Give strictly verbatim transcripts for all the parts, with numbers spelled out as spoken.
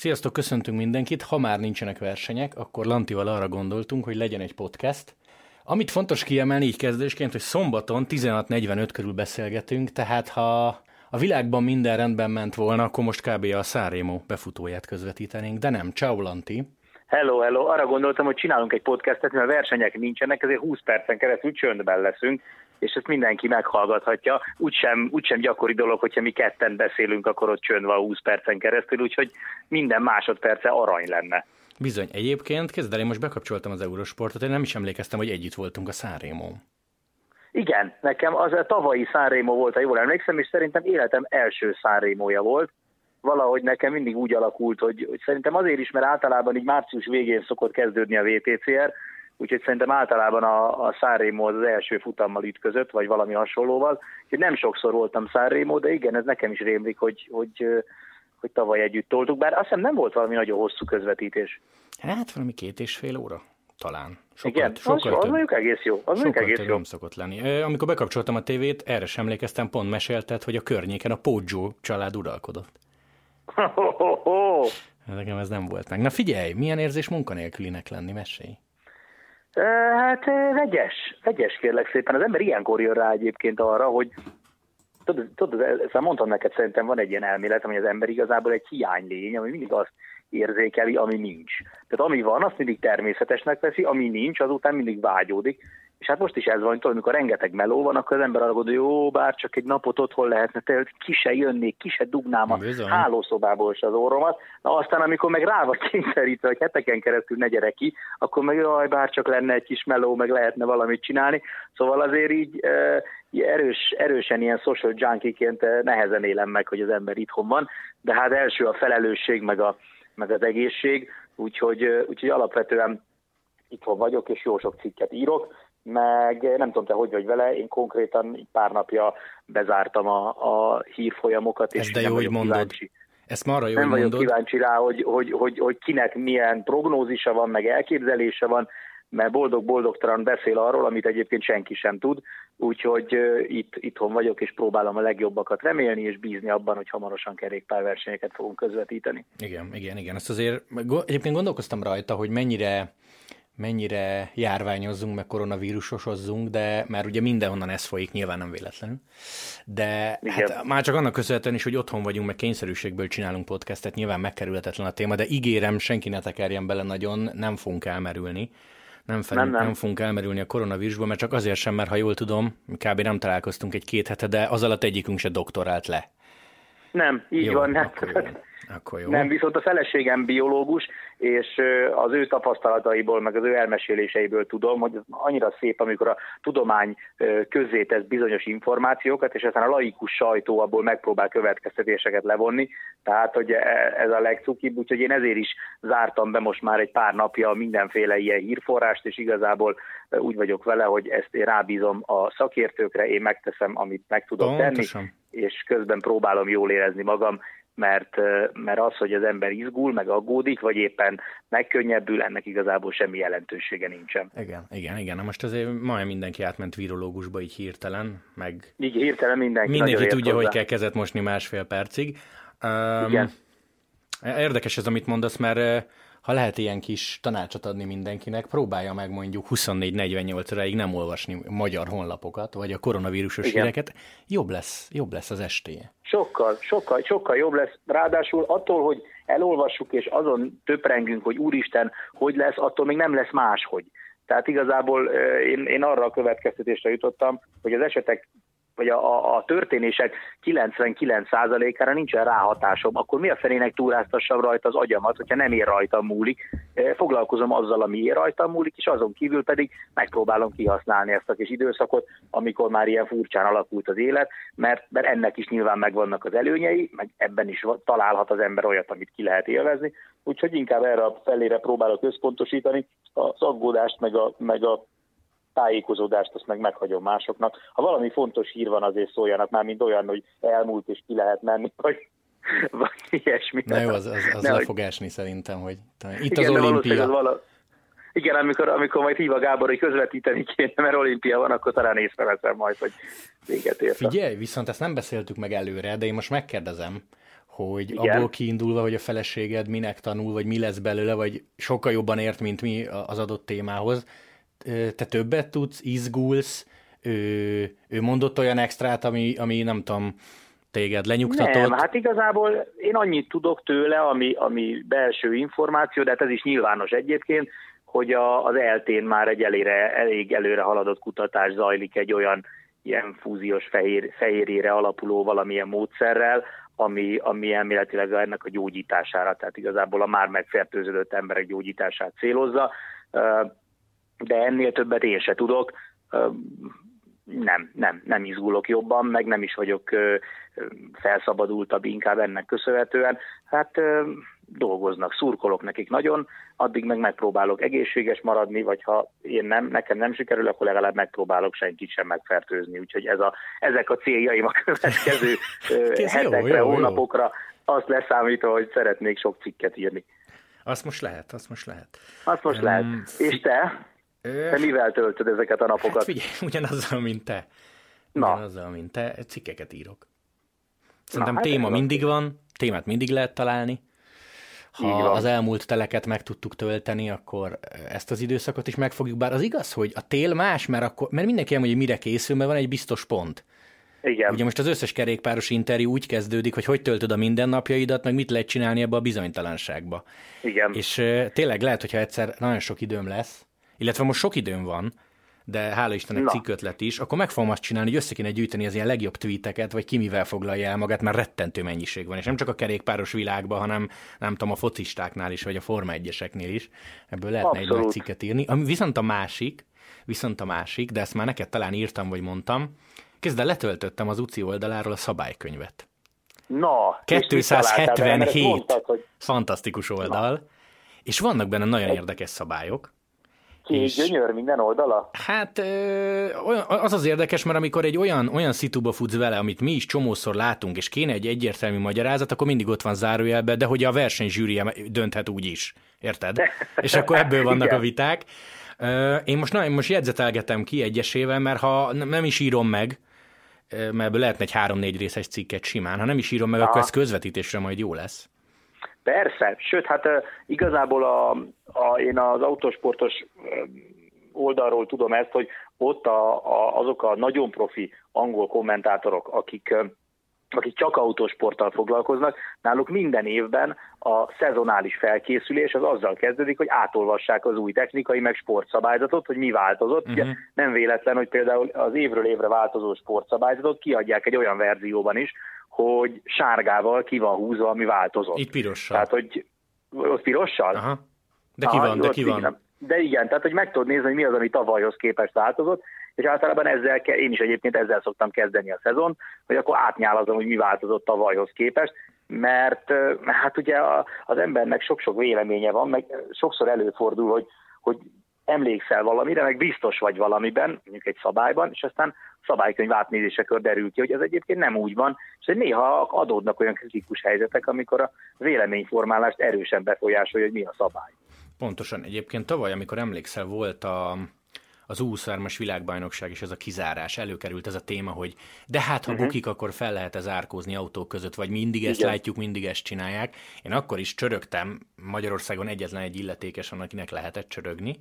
Sziasztok, köszöntünk mindenkit. Ha már nincsenek versenyek, akkor Lantival arra gondoltunk, hogy legyen egy podcast. Amit fontos kiemelni így kezdésként, hogy szombaton tizenhat negyvenöt körül beszélgetünk, tehát ha a világban minden rendben ment volna, akkor most kb. A Sanremo befutóját közvetítenénk, de nem. Ciao, Lanti! Hello, hello! Arra gondoltam, hogy csinálunk egy podcastet, mert versenyek nincsenek, ezért húsz percen keresztül csöndben leszünk, és ezt mindenki meghallgathatja. Úgysem, úgysem gyakori dolog, hogyha mi ketten beszélünk, akkor ott csönd van húsz percen keresztül, úgyhogy minden másodperce arany lenne. Bizony. Egyébként, kezdd el, én most bekapcsoltam az Eurosportot, én nem is emlékeztem, hogy együtt voltunk a Sanremón. Igen, nekem az a tavalyi Sanremo volt, ha jól emlékszem, és szerintem életem első Sanremoja volt. Valahogy nekem mindig úgy alakult, hogy, hogy szerintem azért is, mert általában így március végén szokott kezdődni a vé té cé er, úgyhogy szerintem általában a, a Sanremo az, az első futammal ütközött, vagy valami hasonlóval. Úgyhogy nem sokszor voltam Sanremo, de igen, ez nekem is rémlik, hogy, hogy, hogy tavaly együtt toltuk, bár azt hiszem nem volt valami nagyon hosszú közvetítés. Hát valami két és fél óra. Talán. Sokat, igen, sokkal az, az mondjuk egész jó. Az sokkal egész több jó. Nem szokott lenni. Amikor bekapcsoltam a tévét, erre sem emlékeztem, pont mesélted, hogy a környéken a Poggio család uralkodott. Ho, ho, ho. Nekem ez nem volt meg. Na figyelj, milyen érzés munkanélkülinek lenni, mesélj. Hát vegyes, vegyes kérlek szépen. Az ember ilyenkor jön rá egyébként arra, hogy tudod, tudod ezt mondtam neked, szerintem van egy ilyen elmélet, hogy az ember igazából egy hiánylény, ami mindig azt érzékeli, ami nincs. Tehát ami van, azt mindig természetesnek veszi, ami nincs, azután mindig vágyódik. És hát most is ez van, hogy amikor rengeteg meló van, akkor az ember arra gondol, jó, bár csak egy napot otthon lehetne, ki se jönnék, ki se dugnám a Bizony. hálószobából se az orromat. Na aztán, amikor meg rá vagy kényszerítve, hogy heteken keresztül ne gyere ki, akkor meg jaj, bár csak lenne egy kis meló, meg lehetne valamit csinálni. Szóval azért így e, erős, erősen ilyen social junkie-ként nehezen élem meg, hogy az ember itthon van, de hát első a felelősség, meg, a, meg az egészség, úgyhogy, úgyhogy alapvetően itthon vagyok, és jó sok cikket írok, meg nem tudom, te hogy vagy vele, én konkrétan pár napja bezártam a, a hírfolyamokat, és de jó, hogy mondod. Kíváncsi. Ezt már arra jó, nem hogy vagyok mondod. kíváncsi rá, hogy, hogy, hogy, hogy kinek milyen prognózisa van, meg elképzelése van, mert boldog-boldogtalan beszél arról, amit egyébként senki sem tud, úgyhogy uh, itt, itthon vagyok, és próbálom a legjobbakat remélni, és bízni abban, hogy hamarosan kerékpárversenyeket fogunk közvetíteni. Igen, igen, igen. Ezt azért egyébként gondolkoztam rajta, hogy mennyire mennyire járványozzunk, meg koronavírusosozzunk, de már ugye mindenhonnan ez folyik, nyilván nem véletlenül. De hát már csak annak köszönhetően is, hogy otthon vagyunk, meg kényszerűségből csinálunk podcastet, nyilván megkerülhetetlen a téma, de ígérem, senki ne tekerjen bele nagyon, nem fogunk elmerülni. Nem, felül, nem, nem. nem fogunk elmerülni a koronavírusból, mert csak azért sem, mert ha jól tudom, kb. Nem találkoztunk egy-két hete, de az alatt egyikünk se doktorált le. Nem, így jó, van. Nem. Akkor jó. Akkor jó. Nem, viszont a feleségem biológus, és az ő tapasztalataiból, meg az ő elmeséléseiből tudom, hogy annyira szép, amikor a tudomány közzétesz bizonyos információkat, és aztán a laikus sajtó abból megpróbál következtetéseket levonni, tehát hogy ez a legcukibb, úgyhogy én ezért is zártam be most már egy pár napja mindenféle ilyen hírforrást, és igazából úgy vagyok vele, hogy ezt én rábízom a szakértőkre, én megteszem, amit meg tudok Pontosan. tenni, és közben próbálom jól érezni magam, Mert, mert az, hogy az ember izgul, meg aggódik, vagy éppen megkönnyebbül, ennek igazából semmi jelentősége nincsen. Igen, igen, igen. Na most azért majdnem mindenki átment virológusba így hirtelen, meg így hirtelen mindenki. Mindenki tudja, hozzá. Hogy kell kezet mosni másfél percig. Um, igen. Érdekes ez, amit mondasz, mert ha lehet ilyen kis tanácsot adni mindenkinek, próbálja meg mondjuk huszonnégy negyvennyolc óráig nem olvasni magyar honlapokat, vagy a koronavírusos Igen. híreket, jobb lesz, jobb lesz az estéje. Sokkal, sokkal, sokkal jobb lesz. Ráadásul attól, hogy elolvassuk és azon töprengünk, hogy úristen, hogy lesz, attól még nem lesz máshogy. Tehát igazából én, én arra a következtetésre jutottam, hogy az esetek vagy a, a történések kilencvenkilenc százalékára nincsen ráhatásom, akkor mi a fenének túráztassam rajta az agyamat, hogyha nem ér rajtam múlik. Foglalkozom azzal, ami ér rajtam múlik, és azon kívül pedig megpróbálom kihasználni ezt a kis időszakot, amikor már ilyen furcsán alakult az élet, mert, mert ennek is nyilván megvannak az előnyei, meg ebben is találhat az ember olyat, amit ki lehet élvezni. Úgyhogy inkább erre a felére próbálok összpontosítani, az aggódást, meg a, meg a tájékozódást, azt meg meghagyom másoknak. Ha valami fontos hír van, azért szóljanak már, mint olyan, hogy elmúlt és ki lehet menni, vagy, vagy ilyesmi. Na jó, az, az, az le fog esni szerintem, hogy itt igen, az olimpia. Az vala... Igen, amikor, amikor majd hív a Gábor, hogy közvetíteni kéne, mert olimpia van, akkor talán észreveszem majd, hogy véget értem. Figyelj, viszont ezt nem beszéltük meg előre, de én most megkérdezem, hogy Igen. abból kiindulva, hogy a feleséged minek tanul, vagy mi lesz belőle, vagy sokkal jobban ért, mint mi az adott témához. Te többet tudsz, izgulsz, ő, ő mondott olyan extrát, ami, ami nem tudom, téged lenyugtatott? Nem, hát igazából én annyit tudok tőle, ami, ami belső információ, de hát ez is nyilvános egyébként, hogy a, az eltén már egy elére, elég előre haladott kutatás zajlik egy olyan ilyen fúziós fehér, fehérjére alapuló valamilyen módszerrel, ami, ami elméletileg ennek a gyógyítására, tehát igazából a már megfertőződött emberek gyógyítását célozza, de ennél többet én se tudok. Nem, nem, nem izgulok jobban, meg nem is vagyok felszabadultabb inkább ennek köszönhetően. Hát dolgoznak, szurkolok nekik nagyon, addig meg megpróbálok egészséges maradni, vagy ha én nem, nekem nem sikerül, akkor legalább megpróbálok senkit sem megfertőzni. Úgyhogy ez a, ezek a céljaim a következő hetekre, jó, jó, hónapokra, jó. Azt leszámítva, hogy szeretnék sok cikket írni. Azt most lehet, azt most lehet. Azt most um, lehet. És te? Te mivel töltöd ezeket a napokat? Hát figyelj, ugyanazzal, mint te. Ugyanazzal, mint te, cikkeket írok. Szerintem Na, hát téma mindig van, témát mindig lehet találni. Ha az elmúlt teleket meg tudtuk tölteni, akkor ezt az időszakot is megfogjuk. Bár az igaz, hogy a tél más, mert, akkor, mert mindenki elmondja, hogy mire készül, mert van egy biztos pont. Igen. Ugye most az összes kerékpáros interjú úgy kezdődik, hogy hogy töltöd a mindennapjaidat, meg mit lehet csinálni ebbe a bizonytalanságba. Igen. És uh, tényleg lehet, hogyha egyszer nagyon sok időm lesz, illetve most sok időm van, de hála Istennek cikkötlet is, akkor meg fogom azt csinálni, hogy össze kéne gyűjteni az ilyen legjobb tweeteket, vagy ki mivel foglalja el magát, mert rettentő mennyiség van, és nem csak a kerékpáros világban, hanem nem tudom, a focistáknál is, vagy a Forma egyeseknél is. Ebből lehetne Abszolút. Egy nagy cikket írni. Ami viszont a másik, viszont a másik, de ezt már neked talán írtam, vagy mondtam, kezdve letöltöttem az u cé i oldaláról a szabálykönyvet. Na, kétszázhetvenhét mondtad, hogy... fantasztikus oldal, Na. és vannak benne nagyon érdekes szabályok. Kék gyönyör minden oldala? Hát az az érdekes, mert amikor egy olyan, olyan szituba futsz vele, amit mi is csomószor látunk, és kéne egy egyértelmű magyarázat, akkor mindig ott van zárójelben, de hogy a versenyzsűrije dönthet úgy is. Érted? És akkor ebből vannak a viták. Én most, na, én most jegyzetelgetem ki egyesével, mert ha nem is írom meg, mert ebből lehetne egy három-négy részes cikket simán, ha nem is írom meg, Aha. akkor ez közvetítésre majd jó lesz. Persze, sőt, hát igazából a, a, én az autósportos oldalról tudom ezt, hogy ott a, a, azok a nagyon profi angol kommentátorok, akik, akik csak autósporttal foglalkoznak, náluk minden évben a szezonális felkészülés az azzal kezdődik, hogy átolvassák az új technikai meg sportszabályzatot, hogy mi változott. Uh-huh. Ugye nem véletlen, hogy például az évről évre változó sportszabályzatot kiadják egy olyan verzióban is, hogy sárgával ki van húzva, ami változott. Itt pirossal. Tehát, hogy ott pirossal? Aha. De ki Aha, van, de ki van. Igen. De igen, tehát, hogy meg tudod nézni, hogy mi az, ami tavalyhoz képest változott, és általában ezzel, én is egyébként ezzel szoktam kezdeni a szezon, hogy akkor átnyálazom, hogy mi változott tavalyhoz képest, mert hát ugye az embernek sok-sok véleménye van, meg sokszor előfordul, hogy, hogy emlékszel valamire, meg biztos vagy valamiben, mondjuk egy szabályban, és aztán szabálykönyv átnézésekor derül ki, hogy ez egyébként nem úgy van, és néha adódnak olyan kritikus helyzetek, amikor a véleményformálást erősen befolyásolja, hogy mi a szabály. Pontosan. Egyébként tavaly, amikor emlékszel, volt a, az U huszonhárom-as világbajnokság, és ez a kizárás, előkerült ez a téma, hogy de hát, ha uh-huh. bukik, akkor fel lehet ez árkózni autók között, vagy mindig ezt Igen. látjuk, mindig ezt csinálják. Én akkor is csörögtem, Magyarországon egyetlen egy illetékes, akinek lehetett csörögni,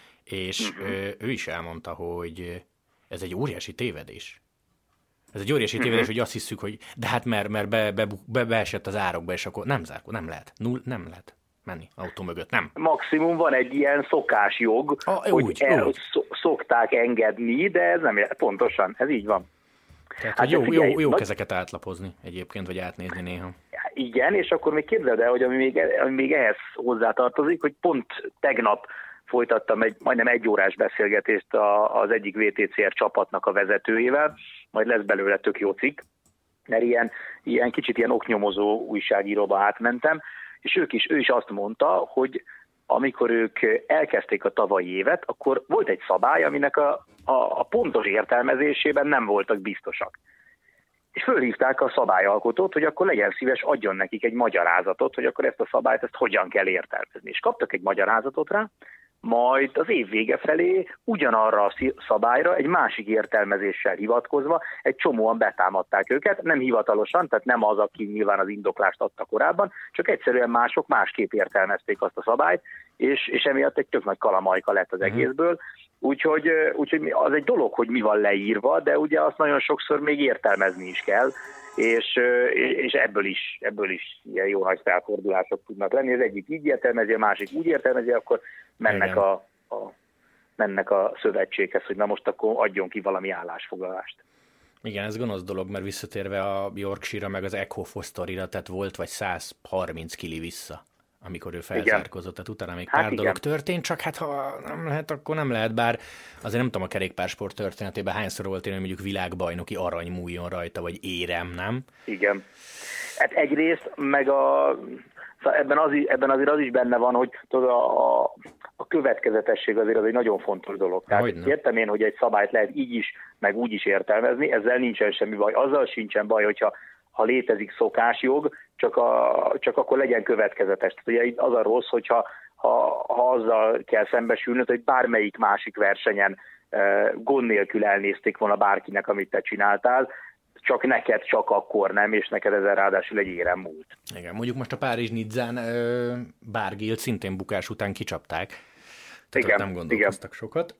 és uh-huh. ő, ő is elmondta, hogy ez egy óriási tévedés. Ez egy óriási tévedés, uh-huh. hogy azt hiszük, hogy de hát mert, mert be, be, be, beesett az árokba, és akkor nem zárkó, nem lehet. Null, nem lehet menni autó mögött, nem. Maximum van egy ilyen szokásjog, ah, hogy úgy, el, úgy. szokták engedni, de ez nem pontosan, ez így van. Tehát, hát jó, figyelj, jó, jó nagy... ezeket átlapozni egyébként, vagy átnézni néha. Igen, és akkor még képzeld el, hogy ami még, ami még ehhez hozzátartozik, hogy pont tegnap folytattam egy majdnem egy órás beszélgetést a, az egyik vé té cé er csapatnak a vezetőjével, majd lesz belőle tök jó cikk, mert ilyen, ilyen kicsit ilyen oknyomozó újságíróba átmentem, és ők is, ő is azt mondta, hogy amikor ők elkezdték a tavalyi évet, akkor volt egy szabály, aminek a, a, a pontos értelmezésében nem voltak biztosak. És fölhívták a szabályalkotót, hogy akkor legyen szíves, adjon nekik egy magyarázatot, hogy akkor ezt a szabályt, ezt hogyan kell értelmezni. És kaptak egy magyarázatot rá, majd az év vége felé ugyanarra a szabályra egy másik értelmezéssel hivatkozva egy csomóan betámadták őket, nem hivatalosan, tehát nem az, aki nyilván az indoklást adta korábban, csak egyszerűen mások másképp értelmezték azt a szabályt, és, és emiatt egy tök nagy kalamajka lett az egészből. Úgyhogy, úgyhogy az egy dolog, hogy mi van leírva, de ugye azt nagyon sokszor még értelmezni is kell, és, és ebből is, ebből is ilyen jó nagy felfordulások tudnak lenni. Az egyik így értelmezi, a másik úgy értelmezi, akkor mennek a, a, mennek a szövetséghez, hogy na most akkor adjon ki valami állásfoglalást. Igen, ez gonosz dolog, mert visszatérve a Yorkshire-ra meg az Echo Fosterira, tehát volt vagy száz harminc kili vissza, amikor ő felzárkozott, tehát utána még hát pár igen. dolog történt, csak hát ha nem lehet, akkor nem lehet, bár azért nem tudom a kerékpársport történetében hányszor volt én, hogy mondjuk világbajnoki arany múljon rajta, vagy érem, nem? Igen. Hát egyrészt, meg a, szóval ebben, az, ebben azért az is benne van, hogy tudod, a, a következetesség azért az egy nagyon fontos dolog. Tehát értem én, hogy egy szabályt lehet így is, meg úgy is értelmezni, ezzel nincsen semmi baj. Azzal sincsen baj, hogyha ha létezik szokásjog, csak, a, csak akkor legyen következetes. Tehát ugye itt az a rossz, hogyha ha, ha azzal kell szembesülnöd, hogy bármelyik másik versenyen e, gond nélkül elnézték volna bárkinek, amit te csináltál, csak neked csak akkor nem, és neked ezzel ráadásul egy érem múlt. Igen, mondjuk most a Párizs-Nizzán Bárgilt szintén bukás után kicsapták. Tehát igen, nem gondolkoztak igen. sokat.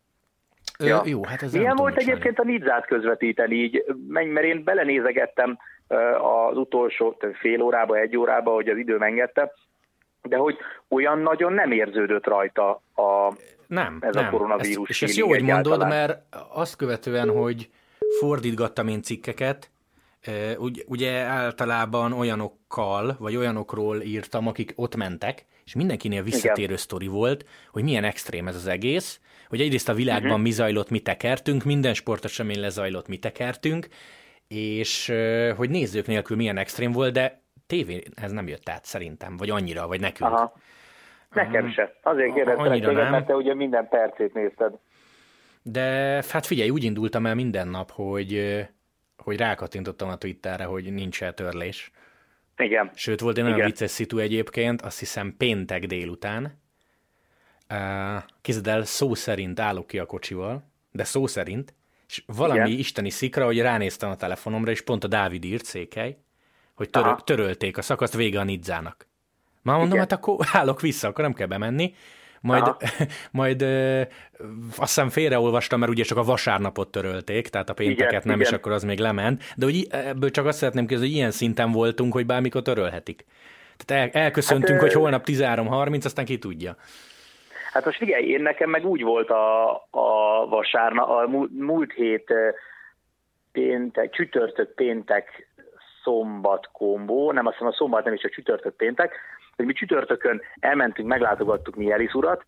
Ö, ja. Jó, hát ez milyen volt egyébként a Nizzát közvetíteni így, mert én belenézegettem az utolsó fél órába, egy órába, hogy az időm engedte, de hogy olyan nagyon nem érződött rajta a, nem, ez nem. a koronavírus. Ezt, és ezt jó, hogy mondod, mert azt követően, hogy fordítgattam én cikkeket, ugye általában olyanokkal, vagy olyanokról írtam, akik ott mentek, és mindenkinél visszatérő igen. sztori volt, hogy milyen extrém ez az egész, hogy egyrészt a világban uh-huh. mi zajlott, mi tekertünk, minden sportesemény lezajlott, mi tekertünk, és hogy nézők nélkül milyen extrém volt, de tévén ez nem jött át szerintem, vagy annyira, vagy nekünk. Aha. Nekem se. Azért kérdeztelek téged, mert te ugye minden percét nézted. De hát figyelj, úgy indultam el minden nap, hogy, hogy rákattintottam a Twitterre, hogy nincs eltörlés. Igen. Sőt, volt egy nagyon vicces szitu egyébként, azt hiszem péntek délután. Képzeld el, szó szerint állok ki a kocsival, de szó szerint, és valami igen. isteni szikra, hogy ránéztem a telefonomra, és pont a Dávid írt, Székely, hogy törö- törölték a szakaszt, vége a Nizzának. Már mondom, igen. hát akkor állok vissza, akkor nem kell bemenni. Majd, majd ö, azt hiszem félreolvastam, mert ugye csak a vasárnapot törölték, tehát a pénteket igen, nem, igen. és akkor az még lement. De hogy ebből csak azt szeretném kérdezni, hogy ilyen szinten voltunk, hogy bármikor törölhetik. Tehát el, elköszöntünk, hát, hogy holnap tizenhárom harminc, aztán ki tudja. Hát most figyelj, én nekem meg úgy volt a, a vasárnap, a múlt hét péntek, csütörtök, péntek, szombat kombó, nem azt hiszem a szombat nem is, a csütörtök, péntek, hogy mi csütörtökön elmentünk, meglátogattuk Mielis urat,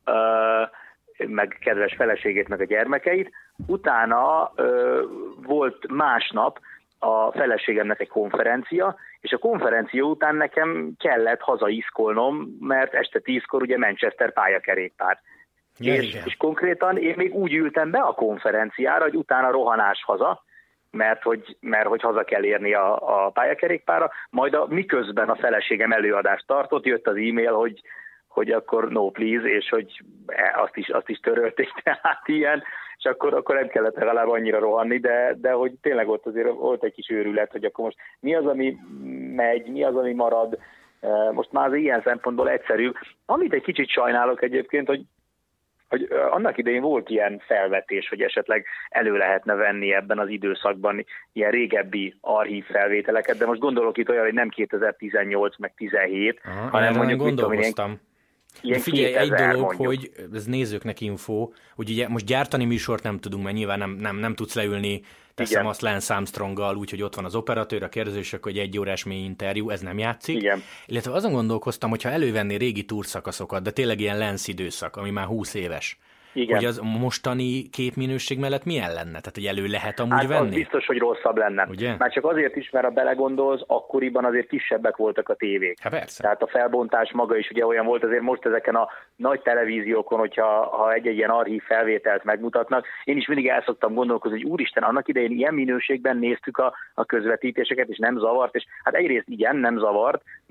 meg kedves feleségét, meg a gyermekeit. Utána volt másnap a feleségemnek egy konferencia, és a konferencia után nekem kellett hazaiszkolnom, mert este tízkor ugye Manchester pályakerékpár. Ja, és, és konkrétan én még úgy ültem be a konferenciára, hogy utána rohanás haza, mert hogy, mert hogy haza kell érni a, a pályakerékpárra, majd a, miközben a feleségem előadást tartott, jött az e-mail, hogy, hogy akkor no please, és hogy azt is, azt is törölték, tehát ilyen, és akkor, akkor nem kellett legalább annyira rohanni, de, de hogy tényleg ott azért volt egy kis őrület, hogy akkor most mi az, ami megy, mi az, ami marad, most már az ilyen szempontból egyszerű. Amit egy kicsit sajnálok egyébként, hogy hogy annak idején volt ilyen felvetés, hogy esetleg elő lehetne venni ebben az időszakban ilyen régebbi archív felvételeket, de most gondolok itt olyan, hogy nem kétezer-tizennyolc meg tizenhét, aha, hanem mondjuk gondolkoztam. Mit ilyen, de figyelj, egy dolog, mondjuk. hogy ez nézőknek info, hogy ugye most gyártani műsort nem tudunk, mert nyilván nem, nem, nem tudsz leülni, teszem igen. azt Lance Armstronggal, úgyhogy ott van az operatőr, a kérdező, és akkor egy egy órás mély interjú, ez nem játszik. Igen. Illetve azon gondolkoztam, hogyha elővenni régi túrszakaszokat, de tényleg ilyen Lance időszak, ami már húsz éves, igen. hogy az mostani képminőség mellett milyen lenne? Tehát, hogy elő lehet amúgy hát venni? Az biztos, hogy rosszabb lenne. Ugye? Már csak azért is, mert ha belegondolsz, akkoriban azért kisebbek voltak a tévék. Hát persze. Tehát a felbontás maga is ugye olyan volt, azért most ezeken a nagy televíziókon, hogyha ha egy-egy ilyen archív felvételt megmutatnak, én is mindig el szoktam gondolkozni, hogy úristen, annak idején ilyen minőségben néztük a, a közvetítéseket, és nem zavart, és hát egyrészt igen, nem zavart,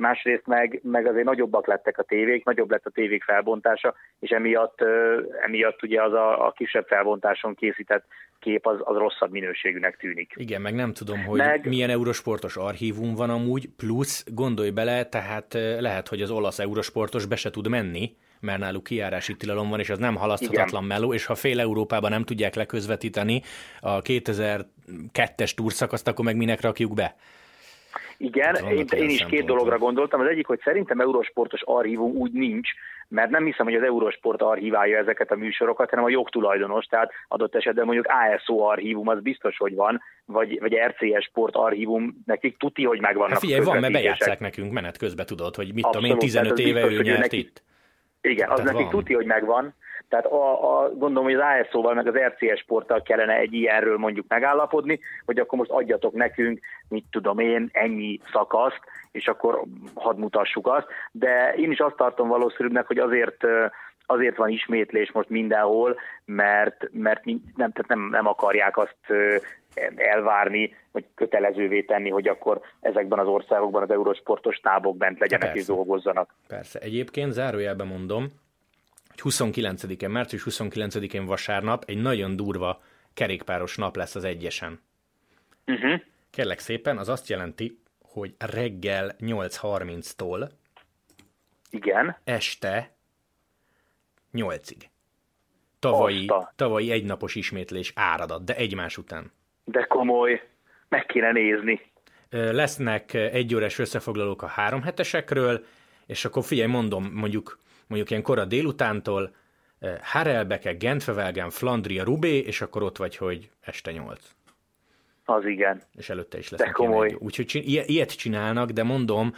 másrészt meg, meg azért nagyobbak lettek a tévék, nagyobb lett a tévék felbontása, és emiatt, emiatt ugye az a, a kisebb felbontáson készített kép az, az rosszabb minőségűnek tűnik. Igen, meg nem tudom, hogy meg... milyen Eurosportos archívum van amúgy, plusz gondolj bele, tehát lehet, hogy az olasz Eurosportos be se tud menni, mert náluk kijárási tilalom van, és az nem halaszthatatlan meló, és ha fél Európában nem tudják leközvetíteni a kétezer-kettes túrszakaszt, akkor meg minek rakjuk be? Igen, én, én is két dologra gondoltam. Az egyik, hogy szerintem Eurosportos archívum úgy nincs, mert nem hiszem, hogy az Eurosport archíválja ezeket a műsorokat, hanem a jogtulajdonos, tehát adott esetben mondjuk á es o archívum, az biztos, hogy van, vagy, vagy er cé es Sport archívum, nekik tuti, hogy megvannak. Hát figyelj, van, mert bejátsszák nekünk menet közben, tudod, hogy mit tudom én, tizenöt éve biztos, ő nyert neki, itt. Igen, az nekik van. Tuti, hogy megvan. Tehát a, a, gondolom, hogy az á es o-val meg az er cé es Sporttal kellene egy ilyenről mondjuk megállapodni, hogy akkor most adjatok nekünk, mit tudom én, ennyi szakaszt, és akkor hadd mutassuk azt. De én is azt tartom valószínűleg, hogy azért, azért van ismétlés most mindenhol, mert, mert nem, tehát nem, nem akarják azt elvárni, vagy kötelezővé tenni, hogy akkor ezekben az országokban az Eurosportos tábok bent legyenek és dolgozzanak. Persze. Egyébként zárójelben mondom, hogy huszonkilencedikén, március huszonkilencedikén vasárnap egy nagyon durva kerékpáros nap lesz az egyesen. Uh-huh. Kérlek szépen, az azt jelenti, hogy reggel nyolc harminctól igen. este nyolcig. Tavalyi, tavalyi egynapos ismétlés áradat, de egymás után. De komoly, meg kéne nézni. Lesznek egyórás összefoglalók a három hetesekről, és akkor figyelj, mondom, mondjuk mondjuk ilyen kora délutántól, Harelbeke, Gentvevelgen, Flandria, Rubé, és akkor ott vagy, hogy este nyolc. Az igen. És előtte is lesz. De komoly. Úgyhogy ilyet csinálnak, de mondom,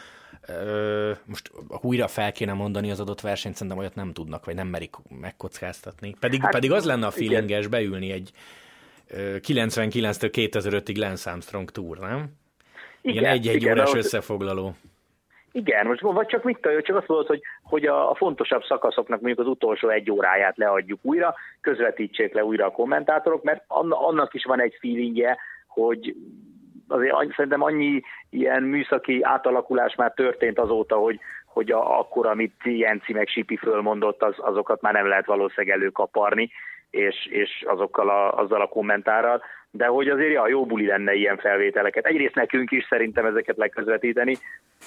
most újra fel kéne mondani az adott versenyt, szerintem olyat nem tudnak, vagy nem merik megkockáztatni. Pedig, hát, pedig az lenne a feelinges beülni egy kilencvenkilenctől kétezer-ötig Lance Armstrong Tour, nem? Igen, ilyen egy-egy órás ott... összefoglaló. Igen, most vagy csak mit tudja, csak azt mondod, hogy, hogy a, a fontosabb szakaszoknak mondjuk az utolsó egy óráját leadjuk újra, közvetítsék le újra a kommentátorok, mert annak is van egy feelingje, hogy azért szerintem annyi ilyen műszaki átalakulás már történt azóta, hogy, hogy a, akkor, amit Jenci meg Sipi fölmondott, az, azokat már nem lehet valószínűleg előkaparni, és, és azokkal a, azzal a kommentárral, de hogy azért ja, jó buli lenne ilyen felvételeket. Egyrészt nekünk is szerintem ezeket leközvetíteni,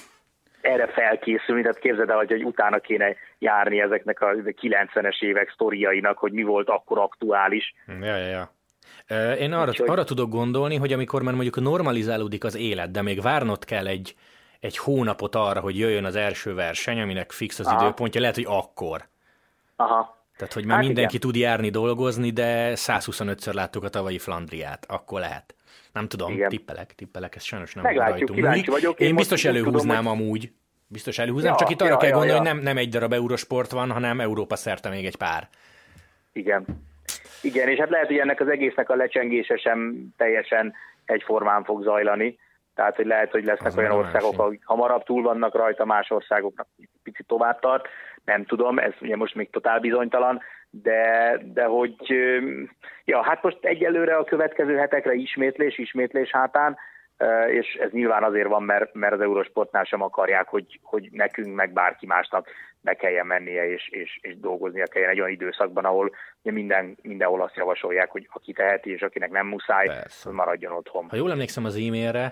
erre felkészülni, tehát képzeld el, hogy utána kéne járni ezeknek a kilencvenes évek sztoriainak, hogy mi volt akkor aktuális. Ja, ja, ja. Én arra, Úgyhogy... arra tudok gondolni, hogy amikor már mondjuk normalizálódik az élet, de még várnod kell egy, egy hónapot arra, hogy jöjjön az első verseny, aminek fix az Aha. időpontja, lehet, hogy akkor. Aha. Tehát, hogy már hát mindenki igen. tud járni, dolgozni, de százhuszonötször láttuk a tavalyi Flandriát, akkor lehet. Nem tudom, igen. tippelek, tippelek, ez sajnos nem Meglátjuk, kíváncsi vagyok. Én, Én biztos előhúznám tudom, hogy... amúgy. Biztos előhúznám, ja, csak itt arra ja, kell ja, gondolni, ja. hogy nem, nem egy darab Eurosport van, hanem Európa szerte még egy pár. Igen. Igen, és hát lehet, hogy ennek az egésznek a lecsengése sem teljesen egyformán fog zajlani. Tehát, hogy lehet, hogy lesznek az olyan országok, akik hamarabb túl vannak rajta, más országoknak picit tovább tart. Nem tudom, ez ugye most még totál bizonytalan, de, de hogy, ja, hát most egyelőre a következő hetekre ismétlés, ismétlés hátán, és ez nyilván azért van, mert, mert az Eurosportnál sem akarják, hogy, hogy nekünk, meg bárki másnak be kelljen mennie, és, és, és dolgoznia kelljen egy olyan időszakban, ahol minden, mindenhol azt javasolják, hogy aki teheti, és akinek nem muszáj, az maradjon otthon. Ha jól emlékszem az e-mailre,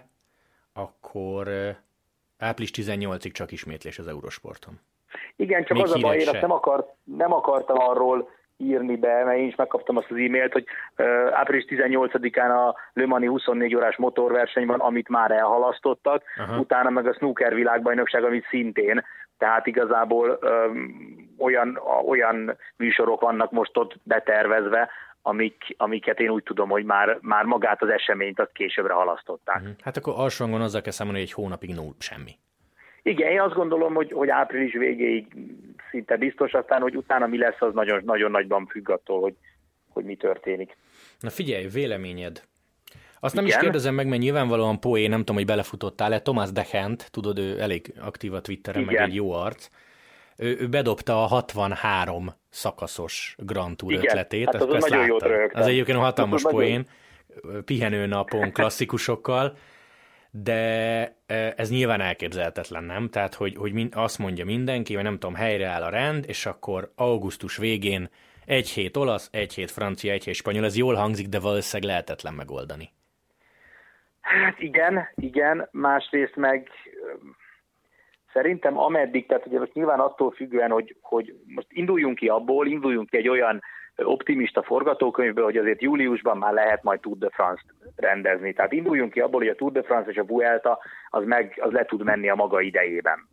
akkor április tizennyolcadikig csak ismétlés az Eurosporton. Igen, csak Még az a baj, én azt nem, akart, nem akartam arról írni be, mert én is megkaptam azt az e-mailt, hogy uh, április tizennyolcadikán a Le Mani huszonnégy órás motorverseny van, amit már elhalasztottak, Aha. utána meg a snooker világbajnokság, amit szintén, tehát igazából um, olyan, olyan műsorok vannak most ott betervezve, amik, amiket én úgy tudom, hogy már, már magát az eseményt azt későbbre halasztották. Uh-huh. Hát akkor alsóhangon azzal kell számolni, hogy egy hónapig null, semmi. Igen, én azt gondolom, hogy, hogy április végéig szinte biztos, aztán, hogy utána mi lesz, az nagyon, nagyon nagyban függ attól, hogy, hogy mi történik. Na figyelj, véleményed. Azt nem Igen? is kérdezem meg, mert nyilvánvalóan poén, nem tudom, hogy belefutottál-e, Thomas Dechent, tudod, ő elég aktív a Twitteren, Igen. meg egy jó arc. Ő, ő bedobta a hatvanhárom szakaszos Grand Tour Igen. ötletét. Hát az nagyon jót rögtem. Az egyébként a hatalmas poén, pihenőnapon klasszikusokkal. de ez nyilván elképzelhetetlen, nem? Tehát, hogy, hogy azt mondja mindenki, hogy nem tudom, helyreáll a rend, és akkor augusztus végén egy hét olasz, egy hét francia, egy hét spanyol, ez jól hangzik, de valószínűleg lehetetlen megoldani. Hát igen, igen, másrészt meg szerintem ameddig, tehát ugye most nyilván attól függően, hogy, hogy most induljunk ki abból, induljunk ki egy olyan optimista forgatókönyvből, hogy azért júliusban már lehet majd Tour de France-t rendezni. Tehát induljunk ki abból, hogy a Tour de France és a Vuelta az, meg, az le tud menni a maga idejében.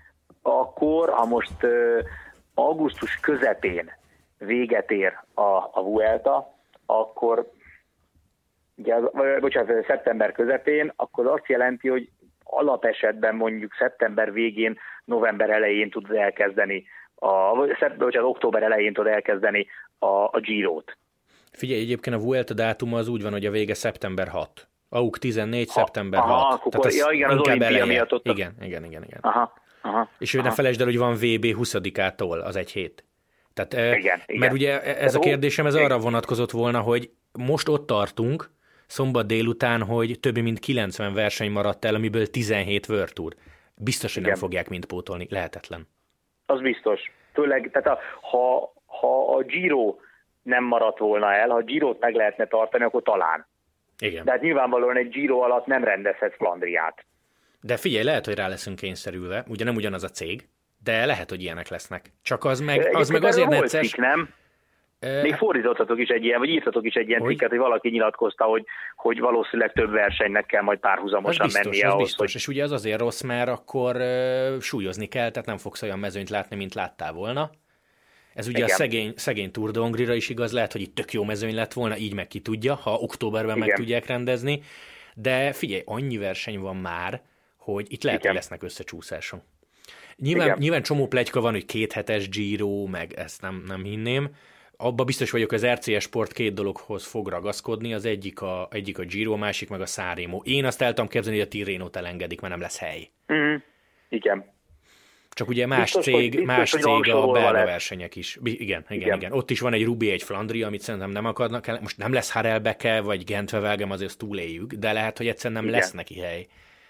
Akkor, ha most uh, augusztus közepén véget ér a, a Vuelta, akkor ugye, bocsánat, szeptember közepén, akkor azt jelenti, hogy alapesetben mondjuk szeptember végén, november elején tud elkezdeni, a, bocsánat, október elején tud elkezdeni a, a Girót. Figyelj, egyébként a Vuelta dátuma az úgy van, hogy a vége szeptember hatodika. á u tizennégy, ha, szeptember aha, hatodika. Tehát ja, igen, az olimpia miatt ott. Igen, igen, igen. igen. Aha, aha, és ő aha. ne felejtsd el, hogy van vé bé huszadikától az egy hét. Tehát, igen, igen. Mert ugye ez a kérdésem ez arra vonatkozott volna, hogy most ott tartunk, szombat délután, hogy több mint kilencven verseny maradt el, amiből tizenhét World Tour. Biztos, hogy nem fogják mind pótolni. Lehetetlen. Az biztos. Főleg, tehát a, ha, ha a Giro nem maradt volna el, ha a Girót meg lehetne tartani, akkor talán. Igen. De hát nyilvánvalóan egy Giro alatt nem rendezhetsz Flandriát. De figyelj, lehet, hogy rá leszünk kényszerülve, ugye nem ugyanaz a cég, de lehet, hogy ilyenek lesznek. Csak az meg, az meg azért necces... nem? Még fordíthatok is egy ilyen, vagy írtatok is egy ilyen hogy? cikket, hogy valaki nyilatkozta, hogy, hogy valószínűleg több versenynek kell majd párhuzamosan az biztos, mennie az ahhoz. Biztos. Hogy... És ugye az azért rossz, mert akkor uh, súlyozni kell, tehát nem fogsz olyan mezőnyt látni, mint láttál volna. Ez ugye Igen. a szegény, szegény Tour de Hongrie-ra is igaz, lehet, hogy itt tök jó mezőny lett volna, így meg ki tudja, ha októberben Igen. meg tudják rendezni. De figyelj, annyi verseny van már, hogy itt lehet, Igen. hogy lesznek összecsúszások. Nyilván, nyilván csomó pletyka van, hogy kéthetes Giro, meg ezt nem, nem hinném. Abba biztos vagyok, az er cé es Sport két dologhoz fog ragaszkodni, az egyik a, egyik a Giro, a másik meg a Sanremo. Én azt el tudom képzelni, hogy a Tirrenót elengedik, mert nem lesz hely. Mm, igen. Csak ugye más biztos, cég, hogy, biztos, más cég a belga versenyek is. Igen, igen, igen, igen. Ott is van egy Roubaix, egy Flandria, amit szerintem nem akarnak. Most nem lesz Harelbeke, vagy Gent-Wevelgem, azért azt túléljük, de lehet, hogy egyszerűen nem igen. lesz neki hely.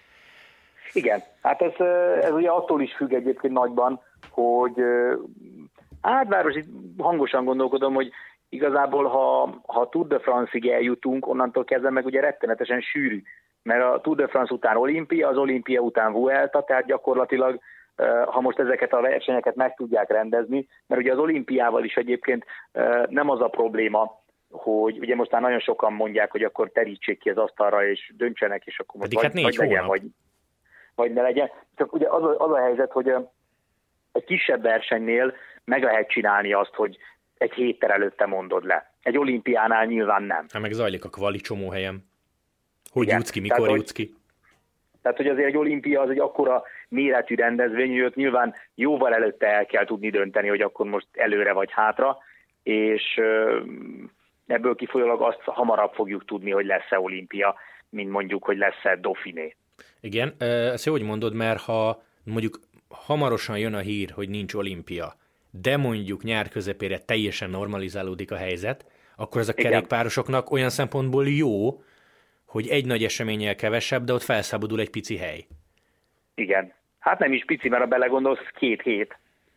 Igen, hát ez, ez ugye attól is függ egyébként nagyban, hogy hát bár most itt hangosan gondolkodom, hogy igazából ha, ha Tour de France-ig eljutunk, onnantól kezdve meg ugye rettenetesen sűrű, mert a Tour de France után olimpia, az olimpia után Vuelta, tehát gyakorlatilag ha most ezeket a versenyeket meg tudják rendezni, mert ugye az olimpiával is egyébként nem az a probléma, hogy ugye most már nagyon sokan mondják, hogy akkor terítsék ki az asztalra és döntsenek, és akkor most vagy, hát vagy legyen, vagy, vagy ne legyen. Csak ugye az a, az a helyzet, hogy egy kisebb versenynél meg lehet csinálni azt, hogy egy héttel előtte mondod le. Egy olimpiánál nyilván nem. Hát meg zajlik a kvali csomó helyen. Hogy Igen. jutsz ki, mikor tehát, jutsz ki? Tehát, hogy azért egy olimpia az egy akkora méretű rendezvény, hogy nyilván jóval előtte el kell tudni dönteni, hogy akkor most előre vagy hátra, és ebből kifolyólag azt hamarabb fogjuk tudni, hogy lesz-e olimpia, mint mondjuk, hogy lesz-e Dauphiné. Igen, ezt jó, hogy mondod, mert ha mondjuk hamarosan jön a hír, hogy nincs olimpia, de mondjuk nyár közepére teljesen normalizálódik a helyzet, akkor ez a kerékpárosoknak olyan szempontból jó, hogy egy nagy eseménnyel kevesebb, de ott felszabadul egy pici hely. Igen. Hát nem is pici, mert ha belegondolsz, két hét.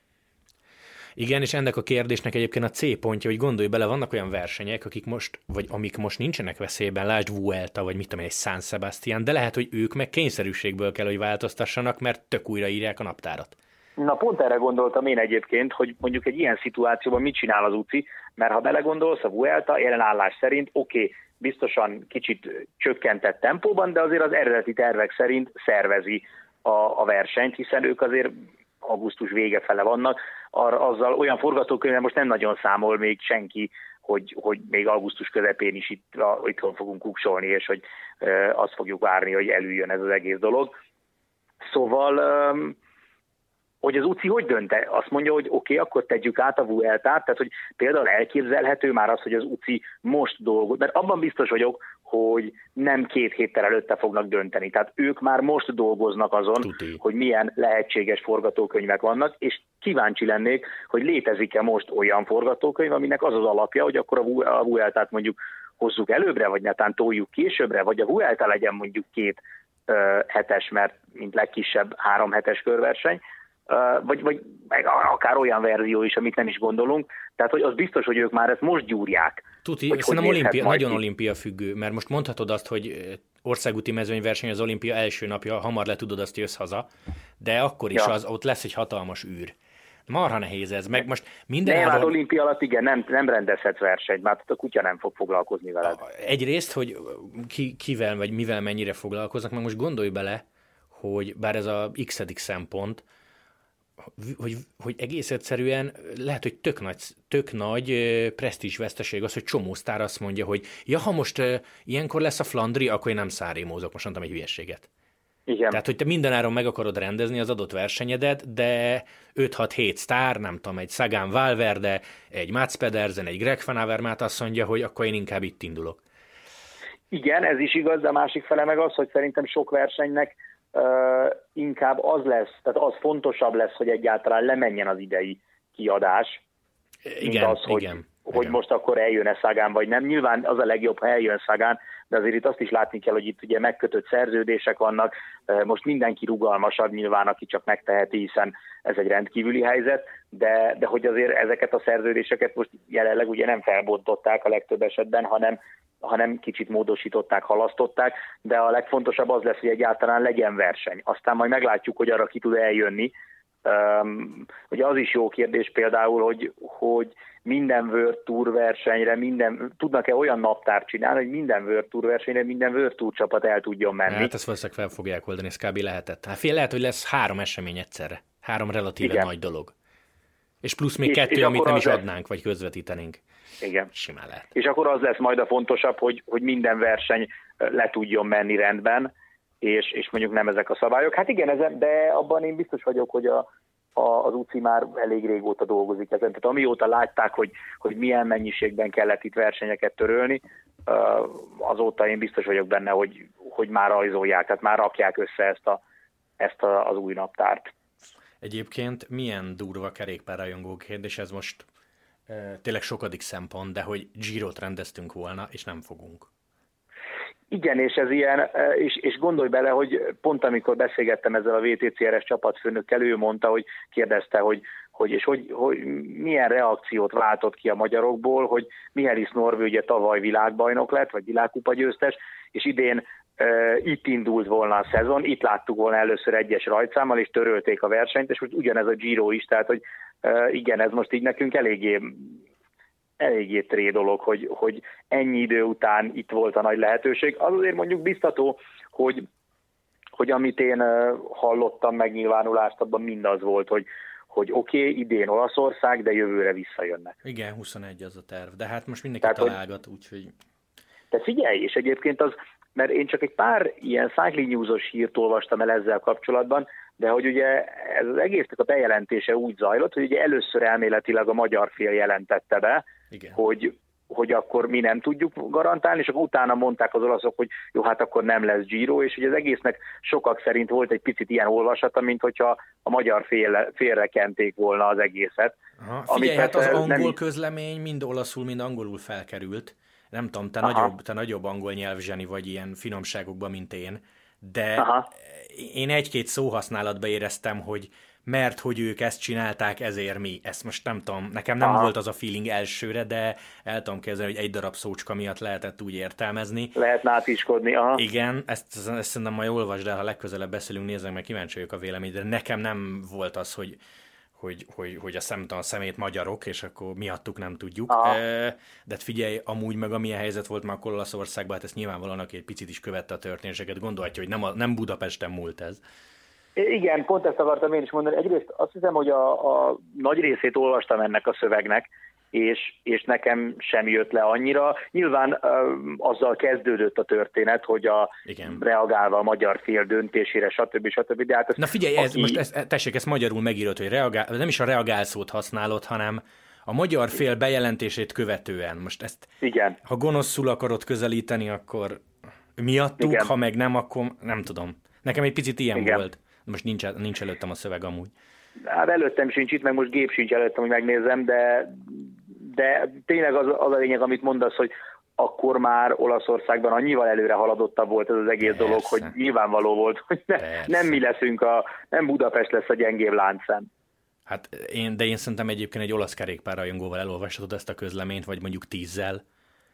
Igen, és ennek a kérdésnek egyébként a C pontja, hogy gondolj bele, vannak olyan versenyek, akik most, vagy amik most nincsenek veszélyben, lásd Vuelta, vagy mit tudom én, egy San Sebastian, de lehet, hogy ők meg kényszerűségből kell, hogy változtassanak, mert tök újra írják a naptárat. Na pont erre gondoltam én egyébként, hogy mondjuk egy ilyen szituációban mit csinál az u cé i, mert ha belegondolsz, a Vuelta jelenállás szerint oké, okay, biztosan kicsit csökkentett tempóban, de azért az eredeti tervek szerint szervezi a, a versenyt, hiszen ők azért augusztus vége fele vannak, Ar, azzal olyan forgatókönyvvel most nem nagyon számol még senki, hogy, hogy még augusztus közepén is itt, itthon fogunk kuksolni, és hogy e, azt fogjuk várni, hogy elüljön ez az egész dolog. Szóval, e, hogy az u cé i hogy dönt? Azt mondja, hogy oké, okay, akkor tegyük át a Vueltát, tehát hogy például elképzelhető már az, hogy az u cé i most dolgoz, mert abban biztos vagyok, hogy nem két héttel előtte fognak dönteni. Tehát ők már most dolgoznak azon, Tuti. hogy milyen lehetséges forgatókönyvek vannak, és kíváncsi lennék, hogy létezik-e most olyan forgatókönyv, aminek az az alapja, hogy akkor a Vueltát mondjuk hozzuk előbbre, vagy netán toljuk későbbre, vagy a Vuelta legyen mondjuk két hetes, mert mint legkisebb három hetes körverseny, vagy, vagy akár olyan verzió is, amit nem is gondolunk. Tehát, hogy az biztos, hogy ők már ezt most gyúrják. Tuti, hogy szerintem hogy olimpia, nagyon ki. Olimpia függő, mert most mondhatod azt, hogy országúti mezőnyverseny az olimpia első napja, hamar le tudod, azt jössz haza, de akkor is ja. az, ott lesz egy hatalmas űr. Marha nehéz ez, meg most minden... Nem, hát olimpia alatt igen, nem, nem rendezhetsz versenyt, mert a kutya nem fog foglalkozni veled. Egyrészt, hogy ki, kivel vagy mivel mennyire foglalkoznak, meg most gondolj bele, hogy bár ez a x-edik szempont, hogy, hogy egész egyszerűen lehet, hogy tök nagy, tök nagy presztízs veszteség az, hogy csomó sztár azt mondja, hogy ja, ha most uh, ilyenkor lesz a Flandri, akkor én nem szárémózok, most mondtam egy hülyeséget. Igen. Tehát, hogy te mindenáron meg akarod rendezni az adott versenyedet, de öt-hat-hét sztár, nem tudom, egy Sagan Valverde, egy Mats Pedersen, egy Greg Van Avermaet azt mondja, hogy akkor én inkább itt indulok. Igen, ez is igaz, de a másik fele meg az, hogy szerintem sok versenynek uh, inkább az lesz, tehát az fontosabb lesz, hogy egyáltalán lemenjen az idei kiadás, igen, az, hogy, igen, hogy igen. most akkor eljön-e Sagan, vagy nem. Nyilván az a legjobb, ha eljön Sagan, de azért itt azt is látni kell, hogy itt ugye megkötött szerződések vannak, most mindenki rugalmasabb nyilván, aki csak megteheti, hiszen ez egy rendkívüli helyzet, de, de hogy azért ezeket a szerződéseket most jelenleg ugye nem felbontották a legtöbb esetben, hanem, hanem kicsit módosították, halasztották, de a legfontosabb az lesz, hogy egyáltalán legyen verseny. Aztán majd meglátjuk, hogy arra ki tud eljönni. Um, ugye az is jó kérdés például, hogy, hogy minden World Tour versenyre, minden, tudnak-e olyan naptárt csinálni, hogy minden World Tour versenyre, minden World Tour csapat el tudjon menni. Hát ezt valószínűleg fel fogják oldani, ez kb. Lehetett. Hát fél lehet, hogy lesz három esemény egyszerre. Három relatíve igen. nagy dolog. És plusz még és, kettő, és amit nem is adnánk, lesz. Vagy közvetítenénk. Igen. Simán lehet. És akkor az lesz majd a fontosabb, hogy, hogy minden verseny le tudjon menni rendben, és, és mondjuk nem ezek a szabályok. Hát igen, ezen, de abban én biztos vagyok, hogy a, a, az u cé i már elég régóta dolgozik ezen. Tehát amióta látták, hogy, hogy milyen mennyiségben kellett itt versenyeket törölni, azóta én biztos vagyok benne, hogy, hogy már rajzolják, tehát már rakják össze ezt, a, ezt a, az új naptárt. Egyébként milyen durva kerékpárrajongó kérdés, ez most e, tényleg sokadik szempont, de hogy Girot rendeztünk volna, és nem fogunk. Igen, és ez ilyen, és, és gondolj bele, hogy pont amikor beszélgettem ezzel a vé té cé er es csapatfőnökkel, ő mondta, hogy kérdezte, hogy, hogy és hogy, hogy milyen reakciót váltott ki a magyarokból, hogy Mihály Norvő ugye tavaly világbajnok lett, vagy világkupa győztes, és idén e, itt indult volna a szezon, itt láttuk volna először egyes rajtszámmal, és törölték a versenyt, és most ugyanez a Giro is, tehát hogy e, igen, ez most így nekünk eléggé eléggé tré dolog, hogy, hogy ennyi idő után itt volt a nagy lehetőség. Az azért mondjuk biztató, hogy, hogy amit én hallottam megnyilvánulást, abban mindaz volt, hogy, hogy oké, okay, idén Olaszország, de jövőre visszajönnek. Igen, huszonegy az a terv, de hát most mindenki Tehát, találgat, úgyhogy... De figyelj, és egyébként az, mert én csak egy pár ilyen Cycling News-os hírt olvastam el ezzel kapcsolatban, de hogy ugye ez az egésznek a bejelentése úgy zajlott, hogy ugye először elméletileg a magyar fél jelentette be, hogy, hogy akkor mi nem tudjuk garantálni, és akkor utána mondták az olaszok, hogy jó, hát akkor nem lesz Giro, és hogy az egésznek sokak szerint volt egy picit ilyen olvasata, mint hogyha a magyar fél, félre kenték volna az egészet. Aha, figyelj, hát az angol nem... közlemény mind olaszul, mind angolul felkerült. Nem tudom, te nagyobb, te nagyobb angol nyelvzseni vagy ilyen finomságokban, mint én, de Aha. én egy-két szóhasználatba éreztem, hogy mert hogy ők ezt csinálták, ezért mi. Ezt most nem tudom, nekem nem Aha. volt az a feeling elsőre, de el tudom képzelni, hogy egy darab szócska miatt lehetett úgy értelmezni. Lehet nátiskodni, aha. Igen, ezt, ezt szerintem majd olvasd el, ha legközelebb beszélünk, nézzek meg, kíváncsi vagyok a vélemény, de nekem nem volt az, hogy hogy, hogy, hogy a, szem, a szemét magyarok, és akkor miattuk nem tudjuk. Aha. De figyelj, amúgy meg amilyen helyzet volt már akkor Olaszországban, hát ezt nyilvánvalóan, aki egy picit is követte a történéseket, gondolhatja, hogy nem, a, nem Budapesten múlt ez. Igen, pont ezt akartam én is mondani. Egyrészt azt hiszem, hogy a, a nagy részét olvastam ennek a szövegnek, és, és nekem sem jött le annyira. Nyilván uh, azzal kezdődött a történet, hogy a Igen. reagálva a magyar fél döntésére, stb. stb. De hát ez, Na figyelj, aki... ez, most ez, tessék, ezt magyarul megírod, hogy reagál, nem is a reagál szót használod, hanem a magyar fél bejelentését követően. Most ezt, Igen. ha gonoszul akarod közelíteni, akkor miattuk, Igen. ha meg nem, akkor nem tudom. Nekem egy picit ilyen Igen. volt. Most nincs, nincs előttem a szöveg amúgy. Hát előttem sincs itt, meg most gép sincs előttem, hogy megnézzem, de, de tényleg az, az a lényeg, amit mondasz, hogy akkor már Olaszországban annyival előre haladottabb volt ez az egész Persze. dolog, hogy nyilvánvaló volt, hogy ne, nem mi leszünk, a, nem Budapest lesz a gyengébb láncszem. Hát én, de én szerintem egyébként egy olasz kerékpárrajongóval elolvashatod ezt a közleményt, vagy mondjuk tízzel.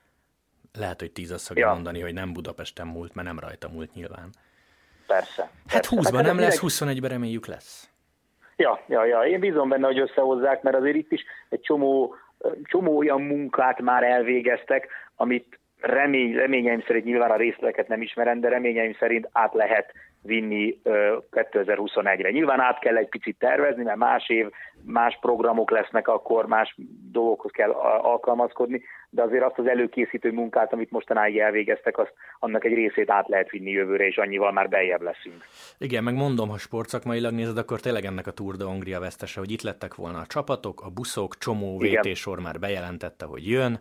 Lehet, hogy tíz azt fogja ja. mondani, hogy nem Budapesten múlt, mert nem rajta múlt nyilván. Persze. Hát persze. húszban hát nem lesz, direkt... huszonegyben reméljük lesz. Ja, ja, ja, én bízom benne, hogy összehozzák, mert azért itt is egy csomó, csomó olyan munkát már elvégeztek, amit remény, reményeim szerint, nyilván a részleteket nem ismerem, de reményeim szerint át lehet vinni kétezer-huszonegyre. Nyilván át kell egy picit tervezni, mert más év, más programok lesznek, akkor más dolgokhoz kell alkalmazkodni, de azért azt az előkészítő munkát, amit mostanáig elvégeztek, azt, annak egy részét át lehet vinni jövőre, és annyival már beljebb leszünk. Igen, meg mondom, ha sportszakmailag nézed, akkor tényleg ennek a Tour de Hongria vesztese, hogy itt lettek volna a csapatok, a buszok, csomó vé té sor már bejelentette, hogy jön,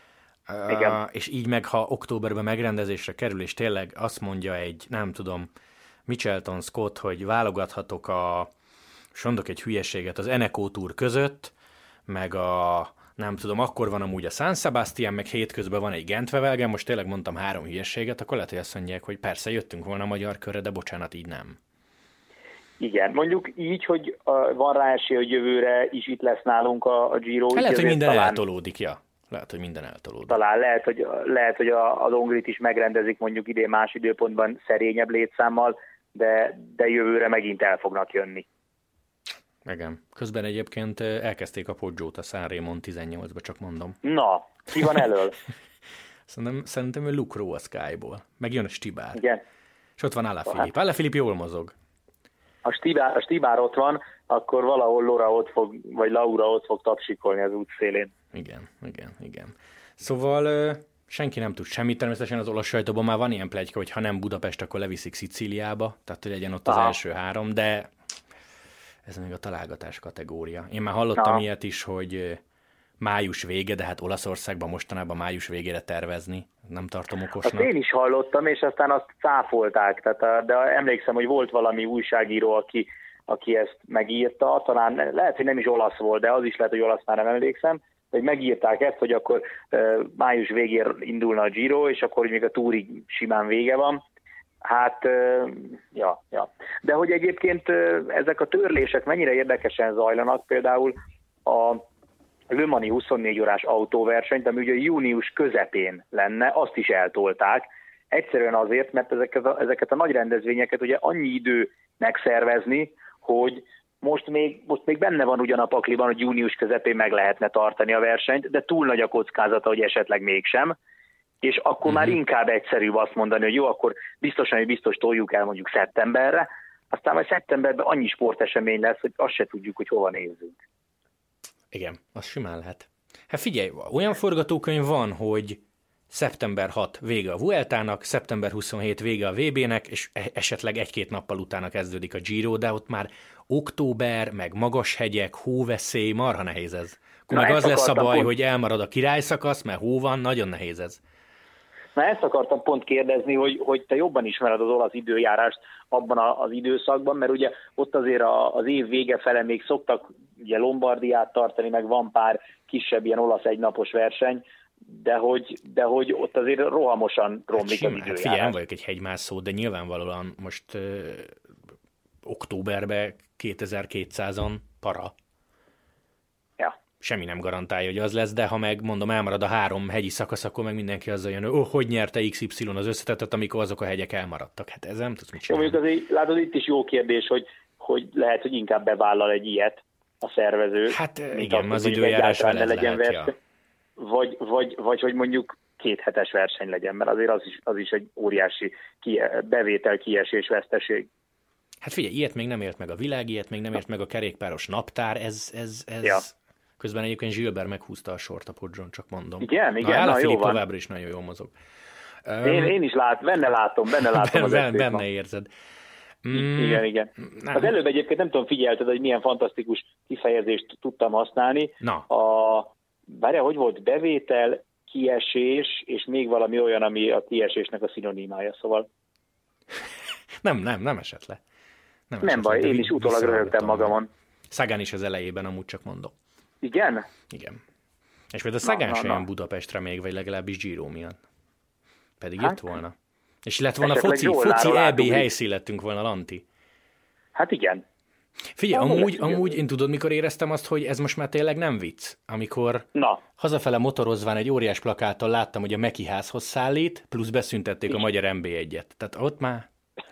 uh, és így meg, ha októberben megrendezésre kerül, és tényleg azt mondja egy, nem tudom, Michelton Scott, hogy válogathatok a, és mondok egy hülyeséget, az Eneco Tour között, meg a, nem tudom, akkor van amúgy a San Sebastian, meg hétközben van egy Gent-Wevelgem, most tényleg mondtam három hülyeséget, akkor lehet, hogy azt mondják, hogy persze jöttünk volna a magyar körre, de bocsánat, így nem. Igen, mondjuk így, hogy van rá esély, hogy jövőre is itt lesz nálunk a, a Giro. Hát lehet, hogy minden talán... eltolódik, ja. Lehet, hogy minden eltolódik. Talán lehet, hogy, lehet, hogy a, a Hongrit is megrendezik mondjuk idén más időpontban szerényebb létszámmal, de, de jövőre megint el fognak jönni. Igen. Közben egyébként elkezdték a Poggiót a Sanremón tizennyolcba, csak mondom. Na, ki van elől? Szerintem, szerintem ő Luke Rowe a Skyból. Meg jön a Stibár. Igen. És ott van Alaphilippe. Hát, Alaphilippe jól mozog. A Stibár, a Stibár ott van, akkor valahol Laura ott fog, vagy Laura ott fog tapsikolni az útszélén. Igen, igen, igen. Szóval senki nem tud semmit, természetesen az olasz sajtóban már van ilyen pletyka, hogy ha nem Budapest, akkor leviszik Szicíliába, tehát hogy legyen ott az Aha. első három, de ez még a találgatás kategória. Én már hallottam Aha. ilyet is, hogy május vége, de hát Olaszországban mostanában május végére tervezni, nem tartom okosnak. Azt én is hallottam, és aztán azt cáfolták, tehát, de emlékszem, hogy volt valami újságíró, aki, aki ezt megírta, talán lehet, hogy nem is olasz volt, de az is lehet, hogy olasz, már nem emlékszem, hogy megírták ezt, hogy akkor uh, május végén indulna a Giro, és akkor még a túrig simán vége van. Hát, uh, ja, ja. De hogy egyébként uh, ezek a törlések mennyire érdekesen zajlanak, például a Le Mani huszonnégy órás autóversenyt, ami ugye június közepén lenne, azt is eltolták. Egyszerűen azért, mert ezeket a, ezeket a nagy rendezvényeket ugye annyi idő megszervezni, hogy most még, most még benne van ugyan a pakliban, hogy június közepén meg lehetne tartani a versenyt, de túl nagy a kockázata, hogy esetleg mégsem, és akkor mm-hmm. már inkább egyszerűbb azt mondani, hogy jó, akkor biztosan, hogy biztos toljuk el mondjuk szeptemberre, aztán majd szeptemberben annyi sportesemény lesz, hogy azt se tudjuk, hogy hova nézzünk. Igen, az simán lehet. Hát figyelj, olyan forgatókönyv van, hogy szeptember hatodika vége a Vueltának, szeptember huszonhetedike vége a vé bének, és esetleg egy-két nappal utána kezdődik a Giro, de ott már október, meg magas hegyek, hóveszély, marha nehéz ez. Akkor Na meg az lesz a baj, pont... hogy elmarad a királyszakasz, mert hó van, nagyon nehéz ez. Na ezt akartam pont kérdezni, hogy, hogy te jobban ismered az olasz időjárást abban az időszakban, mert ugye ott azért az év vége fele még szoktak ugye Lombardiát tartani, meg van pár kisebb ilyen olasz egynapos verseny, de hogy, de hogy ott azért rohamosan romlik hát az időjárás. Hát figyelj, nem vagyok egy hegymászó, de nyilvánvalóan most ö, októberben kétezer-kétszázon para. Ja. Semmi nem garantálja, hogy az lesz, de ha meg mondom, elmarad a három hegyi szakasz, akkor meg mindenki azzal jön, hogy oh, hogy nyerte iksz ipszilon az összetettet, amikor azok a hegyek elmaradtak. Hát ez nem tudsz mit csinálni. Jó, azért, látod, itt is jó kérdés, hogy, hogy lehet, hogy inkább bevállal egy ilyet a szervező. Hát igen, az időjárás vele legyen lehet, verseny, ja. vagy, vagy, vagy hogy mondjuk két hetes verseny legyen, mert azért az is, az is egy óriási kie, bevétel kiesés veszteség. Hát figyelj, ilyet még nem élt meg a világ, ilyet még nem élt meg a kerékpáros naptár, ez... ez, ez... Ja. Közben egyébként Gilbert meghúzta a sort a Poggion, csak mondom. Igen, igen, na, na, jó van. továbbra is nagyon jól mozog. Én, én is lát, benne látom, benne látom az benne, benne érzed. Mm, igen, igen. Nem. Az előbb egyébként nem tudom, figyelted, hogy milyen fantasztikus kifejezést tudtam használni. Na. A, várjál, hogy volt bevétel, kiesés, és még valami olyan, ami a kiesésnek a szinonimája, szóval. nem, nem, nem esett le. Nem, nem esett baj, le, én is utólag röhögtem magamon. Sagan is az elejében, amúgy csak mondom. Igen? Igen. És például Szegán sem jön Budapestre még, vagy legalábbis Giro miatt. Pedig hát, jött volna. És lett volna foci, foci é bé helyszín lettünk volna, Lanti. Hát igen. Figyelj, amúgy, amúgy én tudod, mikor éreztem azt, hogy ez most már tényleg nem vicc. Amikor Na. hazafele motorozván egy óriás plakáttal láttam, hogy a Meki házhoz szállít, plusz beszüntették a magyar em bé egyet. Tehát ott már...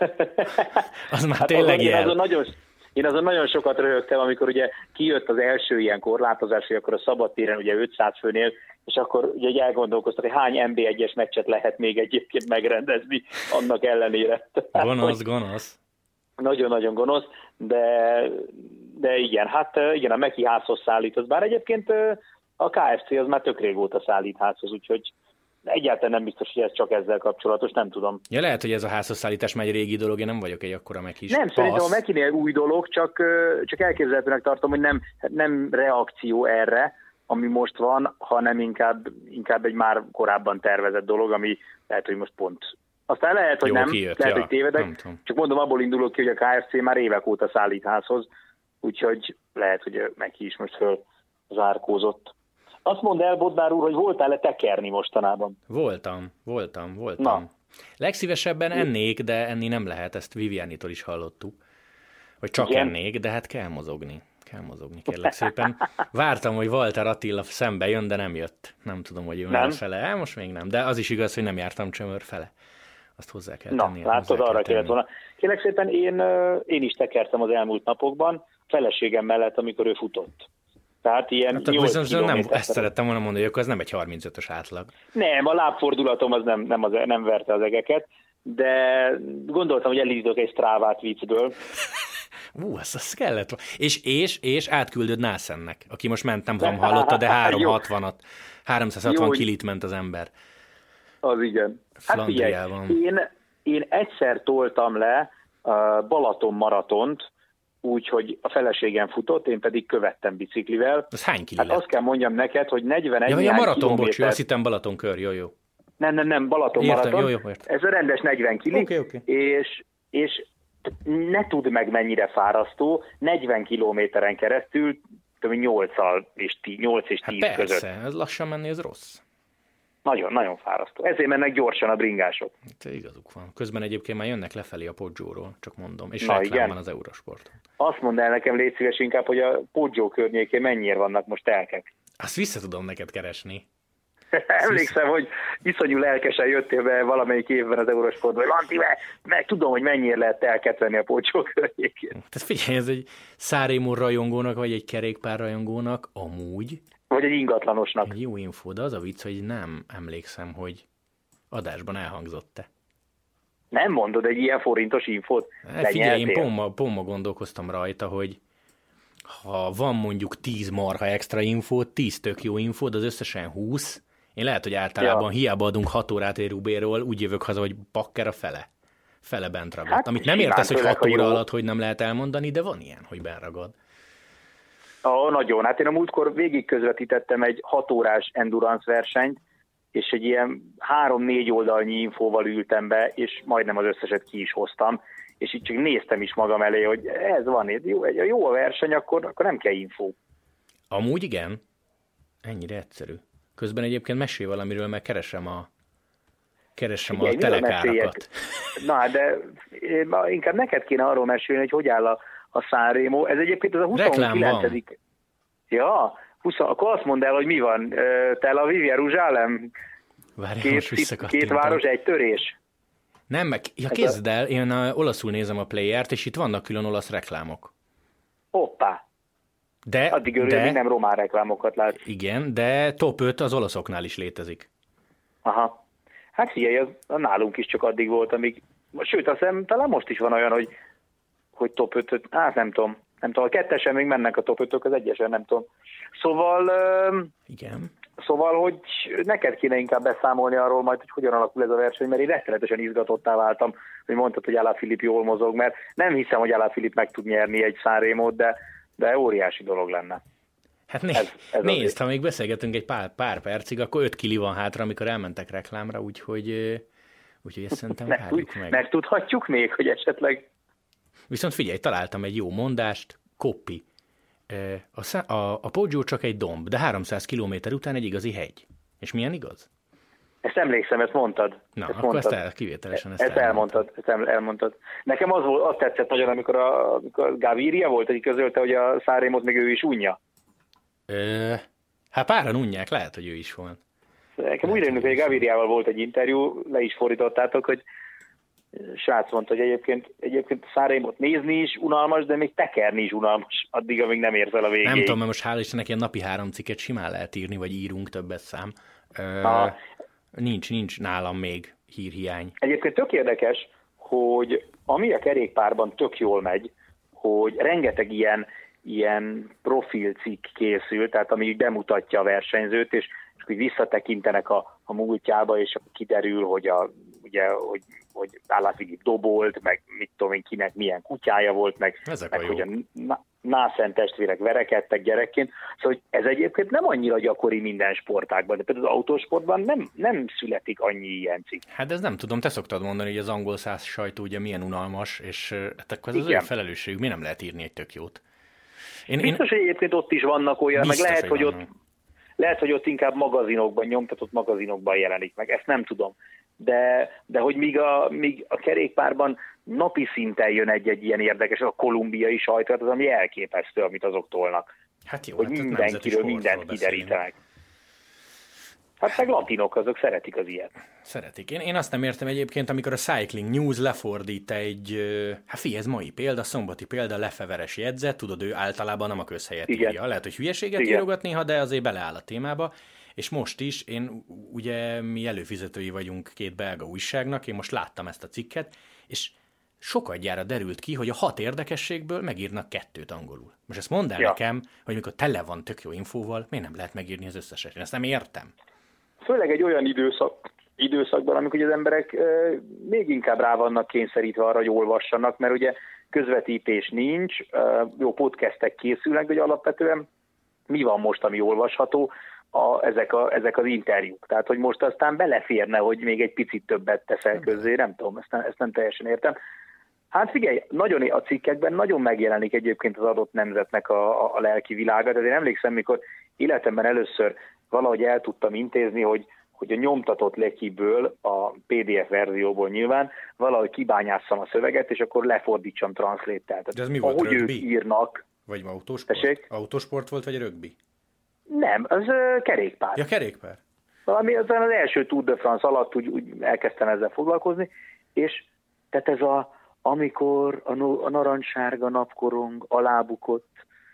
Az már hát tényleg jel. Én azon, nagyon, én azon nagyon sokat röhögtem, amikor ugye kijött az első ilyen korlátozás, hogy akkor a szabadtéren ugye ötszáz főnél, és akkor ugye elgondolkoztak, hogy hány em bé egyes meccset lehet még egyébként megrendezni annak ellenére. Gonosz, gonosz. Nagyon-nagyon gonosz, de, de igen, hát igen, a Meki házhoz szállít, bár egyébként a ká ef cé az már tök régóta szállít házhoz, úgyhogy egyáltalán nem biztos, hogy ez csak ezzel kapcsolatos, nem tudom. Ja, lehet, hogy ez a házhoz szállítás már egy régi dolog, én nem vagyok egy akkora Meki. Nem, szerintem a Mekinél új dolog, csak, csak elképzelhetőnek tartom, hogy nem, nem reakció erre, ami most van, hanem inkább, inkább egy már korábban tervezett dolog, ami lehet, hogy most pont... Aztán lehet, hogy Jó, nem, kijött, lehet, ja, hogy tévedek, csak mondom, abból indulok ki, hogy a ká ef cé már évek óta szállít házhoz, úgyhogy lehet, hogy Meki is most fölzárkózott. Azt mondd el, Bodnár úr, hogy voltál-e tekerni mostanában? Voltam, voltam, voltam. Na. Legszívesebben ennék, de enni nem lehet, ezt Vivianitól is hallottuk, hogy csak Igen? ennék, de hát kell mozogni. Kell mozogni, kérlek szépen. Vártam, hogy Walter Attila szembe jön, de nem jött. Nem tudom, hogy jön el fele. El, most még nem, de az is igaz, hogy nem jártam Csömör fele. Azt hozzá kell tenni. Na, látod, arra kellett volna. Kérlek szépen, én, én is tekertem az elmúlt napokban, feleségem mellett, amikor ő futott. Tehát ilyen hát nyolc kilométer. Ezt szerettem volna mondani, hogy ez nem egy harmincötös átlag. Nem, a lábfordulatom az nem, nem, az, nem verte az egeket, de gondoltam, hogy elindítok egy Strávát viccből. Ú, az, az kellett. És, és, és átküldöd Nászennek, aki most ment, nem tudom, hallotta, de háromszázhatvanat, háromszázhatvan kilit ment az ember. Az igen. Hát figyelj, én, én egyszer toltam le a Balaton maratont, úgyhogy a feleségem futott, én pedig követtem biciklivel. Az hány kili Hát lett? Azt kell mondjam neked, hogy negyvenegy ja, ja, maraton, bocs, azt hittem Balaton kör, jó, jó. Nem, nem, nem, Balaton értem, maraton. Jó, jó, értem. Ez a rendes negyven kili, okay, okay. és, és ne tudd meg mennyire fárasztó, negyven kilométeren keresztül, tudom, nyolccal és tíz, nyolc és tíz hát között. Persze, ez lassan menni, ez rossz. Nagyon, nagyon fárasztó. Ezért mennek gyorsan a bringások. Hát igazuk van. Közben egyébként már jönnek lefelé a Poggioról, csak mondom. És reklám van az Eurosporton. Azt mondd el nekem, légy szíves inkább, hogy a Poggio környékén mennyire vannak most telkek. Azt vissza tudom neked keresni. Emlékszem, hogy iszonyú lelkesen jöttél be valamelyik évben az Eurosportban, hogy Lanti, meg, meg tudom, hogy mennyire lehet telket venni a Poggio környékén. Tehát figyelj, ez egy Sanremo rajongónak, vagy egy kerékpár rajongónak amúgy. Vagy egy ingatlanosnak. Egy jó info, de az a vicc, hogy nem emlékszem, hogy adásban elhangzott-e. Nem mondod egy ilyen forintos infót? Hát figyelj, én pont, pont ma gondolkoztam rajta, hogy ha van mondjuk tíz marha extra infót, tíz tök jó infót, az összesen húsz. Én lehet, hogy általában ja. hiába adunk hat órát egy Rubéról, úgy jövök haza, hogy bakker a fele. Fele bent ragad. Hát, amit nem értesz, hogy hat óra alatt, hogy nem lehet elmondani, de van ilyen, hogy bent ragad. Ó, nagyon. Hát én a múltkor végig közvetítettem egy hat órás endurance versenyt, és egy ilyen három-négy oldalnyi infóval ültem be, és majdnem az összeset ki is hoztam, és így csak néztem is magam elé, hogy ez van, jó, jó a verseny, akkor, akkor nem kell infó. Amúgy igen. Ennyire egyszerű. Közben egyébként mesélj valamiről, mert keresem a, keresem igen, a telekárakat. Na, de inkább neked kéne arról mesélni, hogy hogy áll a, a Sanremo. Ez egyébként az a huszonkilencedik Ja, húsz akkor azt mondd el, hogy mi van. Tel Aviv, Jeruzsálem? Két, két város, egy törés? Nem, meg, ja, kezd el, én a, olaszul nézem a playert, és itt vannak külön olasz reklámok. Hoppá! De, Addig örül, hogy nem román reklámokat lát. Igen, de top öt az olaszoknál is létezik. Aha. Hát figyelj, az, nálunk is csak addig volt, amíg... Sőt, azt hiszem, talán most is van olyan, hogy, hogy top ötöt... Hát nem tudom. Nem tudom, a kettesen még mennek a top ötök, az egyesen nem tudom. Szóval... Igen. Szóval, hogy neked kéne inkább beszámolni arról majd, hogy hogyan alakul ez a verseny, mert én rettenetesen izgatottá váltam, hogy mondtad, hogy Alaphilippe jól mozog, mert nem hiszem, hogy Alaphilippe meg tud nyerni egy Sanremót, de, de óriási dolog lenne. Hát né- ez, ez nézd, ha még beszélgetünk egy pár, pár percig, akkor öt kili van hátra, amikor elmentek reklámra, úgyhogy, úgyhogy ezt szerintem meg, várjuk meg. Megtudhatjuk még, hogy esetleg... Viszont figyelj, találtam egy jó mondást, copy. A, szá- a, a Poggio csak egy domb, de háromszáz kilométer után egy igazi hegy. És milyen igaz? Ezt emlékszem, ezt mondtad. Na, ezt akkor mondtad. ezt el, kivételesen ezt, ezt elmondtad. Ezt elmondtad. Nekem az, volt, az tetszett nagyon, amikor a, amikor Gaviria volt, aki közölte, hogy a Sanremót még ő is unja. Ö, hát páran unják, lehet, hogy ő is volt. Nekem úgy rémlik, hogy Gaviriával volt egy interjú, le is fordítottátok, hogy srác mondta, hogy egyébként, egyébként a Sanremót nézni is unalmas, de még tekerni is unalmas, addig, amíg nem érsz el a végéig. Nem tudom, mert most hál' Istennek ilyen napi három cikket simán lehet írni, vagy írunk többet szám. Ö, nincs, nincs nálam még hírhiány. Egyébként tök érdekes, hogy ami a kerékpárban tök jól megy, hogy rengeteg ilyen, ilyen profilcikk készül, tehát ami bemutatja a versenyzőt, és, és hogy visszatekintenek a, a múltjába, és akkor kiderül, hogy a ugye, hogy, hogy Alaphilippe dobolt, meg mit tudom én, kinek milyen kutyája volt, meg, meg hogy a Násen testvérek verekedtek gyerekként. Szóval hogy ez egyébként nem annyira gyakori minden sportágban, de például az autósportban nem, nem születik annyi ilyen cikk. Hát ez nem tudom, te szoktad mondani, hogy az angol száz sajtó ugye milyen unalmas, és hát akkor ez az Igen. ő felelősségük, mi nem lehet írni egy tök jót. Én, Biztos, én... hogy egyébként ott is vannak olyan, Biztos, meg lehet, hogy, hogy ott, lehet, hogy ott inkább magazinokban, nyomtatott magazinokban jelenik meg, ezt nem tudom. De, de hogy míg a, míg a kerékpárban napi szinten jön egy-egy ilyen érdekes, a kolumbiai sajtó, az ami elképesztő, amit azok tolnak. Hát jó, hogy hát mindenkiről mindent kiderítenek. Hát meg latinok, azok szeretik az ilyet. Szeretik. Én, én azt nem értem egyébként, amikor a Cycling News lefordít egy, hát figyelj, ez mai példa, szombati példa, Lefeveres jegyzet, tudod, ő általában nem a közhelyet Igen. írja. Lehet, hogy hülyeséget Igen. írogat néha, de azért beleáll a témába. És most is, én ugye mi előfizetői vagyunk két belga újságnak, én most láttam ezt a cikket, és sokadjára derült ki, hogy a hat érdekességből megírnak kettőt angolul. Most ezt mondd el ja. nekem, hogy mikor tele van tök jó infóval, miért nem lehet megírni az összeset? Én ezt nem értem. Főleg egy olyan időszak, időszakban, amikor az emberek e, még inkább rá vannak kényszerítve arra, hogy olvassanak, mert ugye közvetítés nincs, e, jó podcastek készülnek, de hogy alapvetően mi van most, ami olvasható? A, ezek, a, ezek az interjúk. Tehát, hogy most aztán beleférne, hogy még egy picit többet teszel közzé, nem tudom, ezt nem, ezt nem teljesen értem. Hát figyelj, nagyon a cikkekben nagyon megjelenik egyébként az adott nemzetnek a, a, a lelki világa, de én emlékszem, mikor életemben először valahogy el tudtam intézni, hogy, hogy a nyomtatott lekiből, a pé dé ef verzióból nyilván, valahogy kibányásszam a szöveget, és akkor lefordítsam translate-tel. De ez mi volt, ahogy rögbi? Ők írnak. Vagy autósport? Tessék? Autósport volt, vagy rögbi? Nem, az uh, kerékpár. Ja, kerékpár. Valami aztán az első Tour de France alatt úgy, úgy elkezdtem ezzel foglalkozni, és tehát ez a, amikor a, no, a narancssárga napkorong alábukott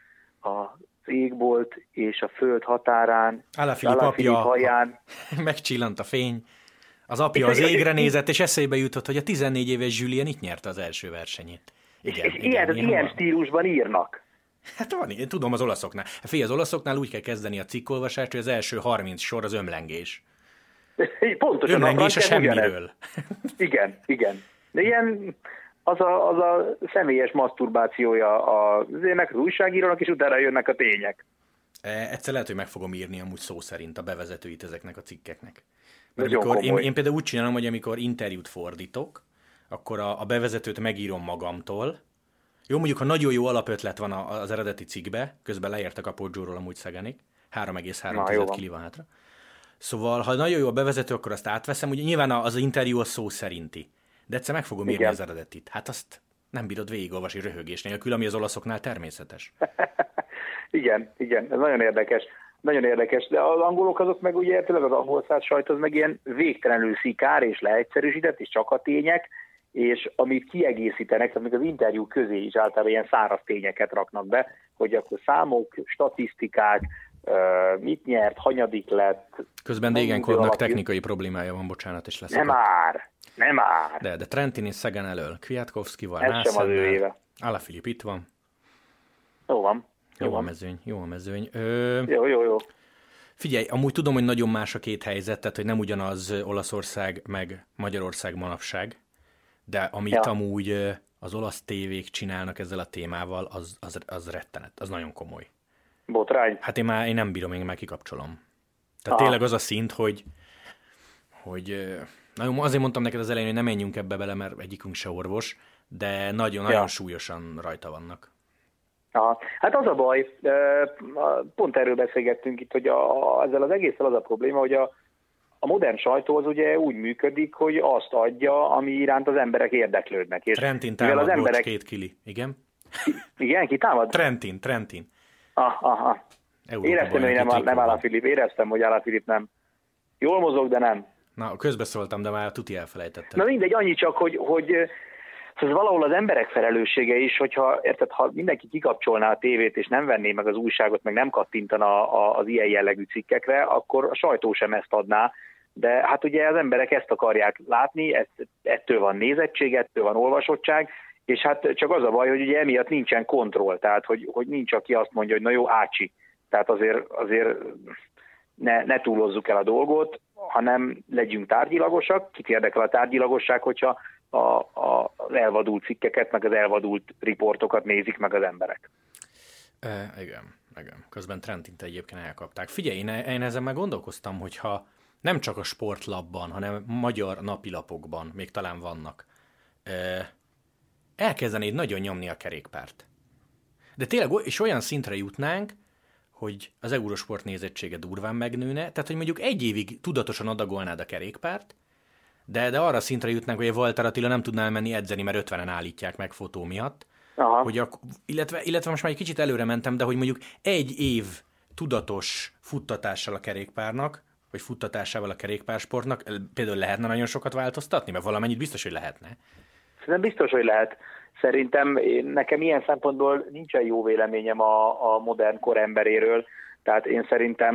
az égbolt és a föld határán, Alaphilippe apja, haján. Megcsillant a fény, az apja az égre nézett, és eszébe jutott, hogy a tizennégy éves Julien itt nyerte az első versenyét. Igen, és igen, ilyen, ilyen, ilyen stílusban írnak. Hát van, én tudom az olaszoknál. Figyelj, az olaszoknál úgy kell kezdeni a cikkolvasást, hogy az első harminc sor az ömlengés. Pontosan. Ömlengés a, a semmiről. Igen, igen. De ilyen az a, az a személyes maszturbációja az ének, az újságírónak, és utána jönnek a tények. E, egyszer lehet, hogy meg fogom írni amúgy szó szerint a bevezetőit ezeknek a cikkeknek. Mert amikor, én, én például úgy csinálom, hogy amikor interjút fordítok, akkor a, a bevezetőt megírom magamtól. Jó, mondjuk, ha nagyon jó alapötlet van az eredeti cikkbe, közben leértek a Poggióról amúgy Szegenik, három egész három kili van hátra. Szóval, ha nagyon jó a bevezető, akkor azt átveszem, ugye nyilván az interjú a szó szerinti, de egyszer meg fogom írni Igen. az eredetit. Hát azt nem bírod végigolvasni röhögés nélkül, ami az olaszoknál természetes. igen, igen, ez nagyon érdekes. Nagyon érdekes, de az angolok azok meg ugye tényleg az angol száz sajt az meg ilyen végtelenül szikár és leegyszerűsített, és csak a tények, és amit kiegészítenek, amik az interjú közé is általában ilyen száraz tényeket raknak be, hogy akkor számok, statisztikák, mit nyert, hanyadik lett. Közben Degenkolbnak technikai problémája van, bocsánat, és lesz. Nem már, nem már. De, de Trentin és Sagan elől, Kwiatkowskival, Ez sem az ő éve. Alaphilippe itt van. Jó van. Jó, jó a mezőny, jó a mezőny. Ö... Jó, jó, jó. Figyelj, amúgy tudom, hogy nagyon más a két helyzet, tehát hogy nem ugyanaz Olaszország meg Magyarország manapság, de amit ja. amúgy az olasz tévék csinálnak ezzel a témával, az, az, az rettenet, az nagyon komoly. Botrány. Hát én már én nem bírom, én már kikapcsolom. Tehát Aha. tényleg az a szint, hogy, hogy nagyon, azért mondtam neked az elején, hogy nem menjünk ebbe bele, mert egyikünk se orvos, de nagyon, ja. nagyon súlyosan rajta vannak. Aha. Hát az a baj, pont erről beszélgettünk itt, hogy a, a, ezzel az egésszel az a probléma, hogy a, a modern sajtó az ugye úgy működik, hogy azt adja, ami iránt az emberek érdeklődnek. És Trentin támad, az emberek... bocs, két kili, igen? Igen, ki támad? Trentin, Trentin. Ah, aha. Éreztem, hogy nem, nem Alaphilippe, éreztem, hogy Alaphilippe nem. Jól mozog, de nem. Na, közbeszóltam, de már tuti elfelejtettem. Na mindegy, annyi csak, hogy, hogy ez valahol az emberek felelőssége is, hogyha érted, ha mindenki kikapcsolná a tévét, és nem venné meg az újságot, meg nem kattintana az ilyen jellegű cikkekre, akkor a sajtó sem ezt adná. De hát ugye az emberek ezt akarják látni, ezt, ettől van nézettség, ettől van olvasottság, és hát csak az a baj, hogy ugye emiatt nincsen kontroll, tehát hogy, hogy nincs, aki azt mondja, hogy na jó, ácsi. Tehát azért, azért ne, ne túlozzuk el a dolgot, hanem legyünk tárgyilagosak. Kit érdekel a tárgyilagosság, hogyha a, a, az elvadult cikkeket, meg az elvadult riportokat nézik meg az emberek. E, igen, igen. Közben Trentint egyébként elkapták. Figyelj, én, én ezen már gondolkoztam, hogyha nem csak a Sportlapban, hanem magyar napilapokban még talán vannak, e, elkezdenéd nagyon nyomni a kerékpárt. De tényleg és olyan szintre jutnánk, hogy az Eurosport nézettsége durván megnőne, tehát hogy mondjuk egy évig tudatosan adagolnád a kerékpárt, de, de arra szintre jutnánk, hogy a Walter Attila nem tudnál menni edzeni, mert ötvenen állítják meg fotó miatt. Hogy a, illetve, illetve most már egy kicsit előre mentem, de hogy mondjuk egy év tudatos futtatással a kerékpárnak, vagy futtatásával a kerékpársportnak például lehetne nagyon sokat változtatni, mert valamennyit biztos, hogy lehetne. Szerintem biztos, hogy lehet. Szerintem én, nekem ilyen szempontból nincsen jó véleményem a, a modern kor emberéről, tehát én szerintem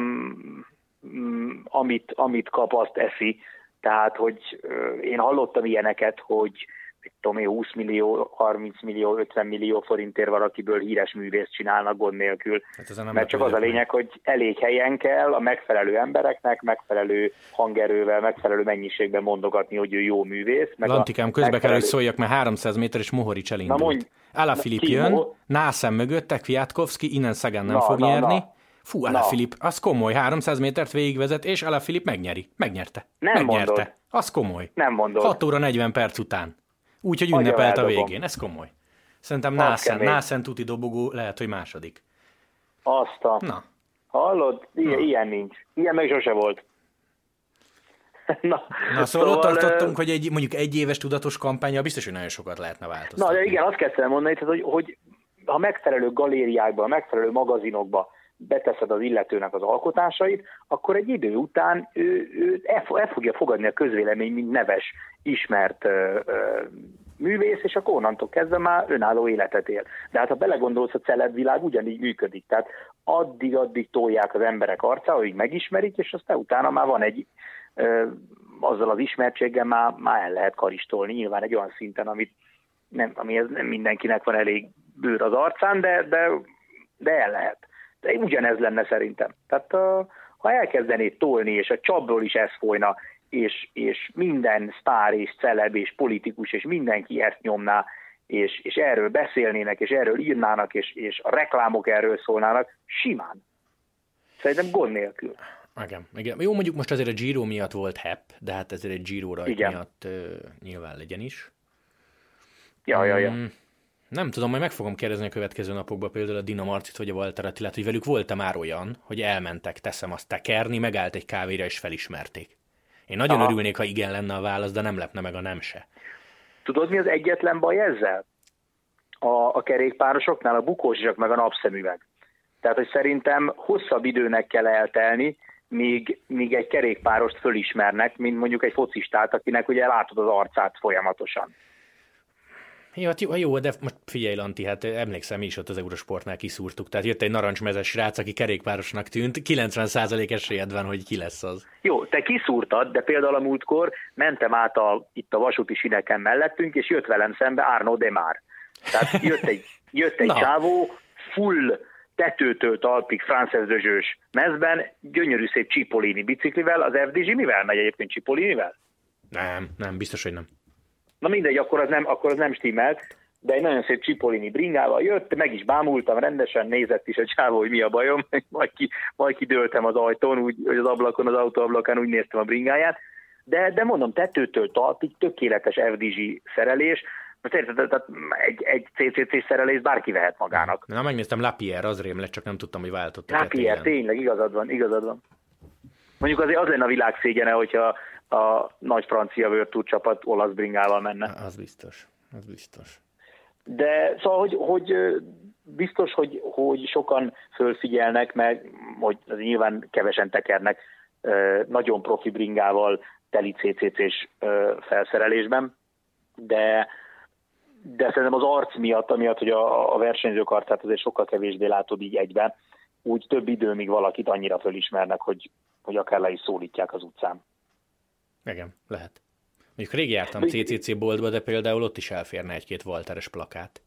mm, amit, amit kap, azt eszi. Tehát, hogy én hallottam ilyeneket, hogy tudom én, húsz millió, harminc millió, ötven millió forintért valakiből híres művészt csinálnak gond nélkül. Hát mert csak az a lényeg, hogy elég helyen kell a megfelelő embereknek, megfelelő hangerővel, megfelelő mennyiségben mondogatni, hogy ő jó művész. Meg Lantikám, közbe megfelelő... kell, hogy szóljak, mert háromszáz méteres Mohorics elindult. Na mondj, Alaphilippe jön, Mo... Nászem mögötte, Kwiatkowski, innen Sagan nem na, fog na, nyerni. Na. Fú, Alaphilippe, az komoly, háromszáz métert végigvezet, és Alaphilippe megnyeri. Megnyerte. Nem Megnyerte. Mondod. Az komoly. Nem mondod. hat óra negyven perc után. Úgy, hogy ünnepelt a végén. Ez komoly. Szerintem Nászen, Nászen tuti dobogó lehet, hogy második. Azt a... Na. Hallod? Ilyen, ilyen nincs. Ilyen meg sose volt. Na, Na szóval, szóval ott tartottunk, hogy egy, mondjuk egy éves tudatos kampányjal biztos, hogy nagyon sokat lehetne változtatni. Na, de igen, azt kell mondani, hogy, hogy ha megfelelő galériákba, megfelelő magazinokba beteszed az illetőnek az alkotásait, akkor egy idő után ő, ő el, el fogja fogadni a közvélemény, mint neves, ismert ö, ö, művész, és akkor onnantól kezdve már önálló életet él. De hát ha belegondolsz, a celebvilág ugyanígy működik. Tehát addig-addig tolják az emberek arcára, hogy megismerik, és aztán utána már van egy, ö, azzal az ismertséggel már, már el lehet karistolni. Nyilván egy olyan szinten, amit nem, amihez nem mindenkinek van elég bőr az arcán, de, de, de el lehet. De ugyanez lenne szerintem. Tehát uh, ha elkezdenéd tolni, és a csapból is ez folyna, és, és minden sztár és celeb és politikus, és mindenki ezt nyomná, és, és erről beszélnének, és erről írnának, és, és a reklámok erről szólnának, simán. Szerintem gond nélkül. Igen, igen. Jó, mondjuk most azért a Giro miatt volt hep, de hát ezért egy Giro rajt miatt uh, nyilván legyen is. Ja, ja, ja. Um, Nem tudom, majd meg fogom kérdezni a következő napokban például a Dina Marcit, vagy a Walter Attilát, hogy velük volt-e már olyan, hogy elmentek, teszem azt tekerni, megállt egy kávéra és felismerték. Én nagyon Aha. örülnék, ha igen lenne a válasz, de nem lepne meg a nem se. Tudod, mi az egyetlen baj ezzel? A, a kerékpárosoknál a bukósisak meg a napszemüveg. Tehát, hogy szerintem hosszabb időnek kell eltelni, míg, míg egy kerékpárost fölismernek, mint mondjuk egy focistát, akinek ugye látod az arcát folyamatosan. Jó, hát jó, jó, de most figyelj, Lanti, hát emlékszem, mi is ott az Eurosportnál kiszúrtuk. Tehát jött egy narancsmezes srác, aki kerékpárosnak tűnt, kilencven százalék esélyed van, hogy ki lesz az. Jó, te kiszúrtad, de például a múltkor mentem át a, itt a vasúti sineken mellettünk, és jött velem szembe Arnaud Demar. Tehát jött egy, jött egy csávó, full tetőtől talpig Frances Dözsős mezben, gyönyörű szép Cipollini biciklivel. Az ef dé gé mivel megy egyébként, Cipollinivel? Nem, nem, biztos, hogy nem. Na mindegy, akkor az nem, akkor az nem stimmelt, de egy nagyon szép Cipollini bringával jött, meg is bámultam rendesen, nézett is a csávó, hogy mi a bajom, majd, ki, majd kidőltem az ajtón, úgy, hogy az ablakon, az autóablakán úgy néztem a bringáját, de, de mondom, tetőtől talpig tökéletes ef dé gé szerelés, Most érted, tehát egy, egy cé cé cé szerelést bárki vehet magának. Na, megnéztem, Lapierre az rém lett, csak nem tudtam, hogy váltott a Lapierre, tényleg, igazad van, igazad van. Mondjuk azért az lenne a világ szégyene, hogyha a nagy francia World Tour csapat olasz bringával menne. Az biztos, az biztos. De szóval, hogy, hogy biztos, hogy, hogy sokan fölfigyelnek meg, hogy nyilván kevesen tekernek nagyon profi bringával teli cé cé cés felszerelésben, de, de szerintem az arc miatt, amiatt, hogy a, a versenyzők arcát azért sokkal kevésbé látod így egyben, úgy több idő, míg valakit annyira fölismernek, hogy, hogy akár le is szólítják az utcán. Igen, lehet. Mondjuk rég jártam cé cé cé boltba, de például ott is elférne egy-két Walteres plakát.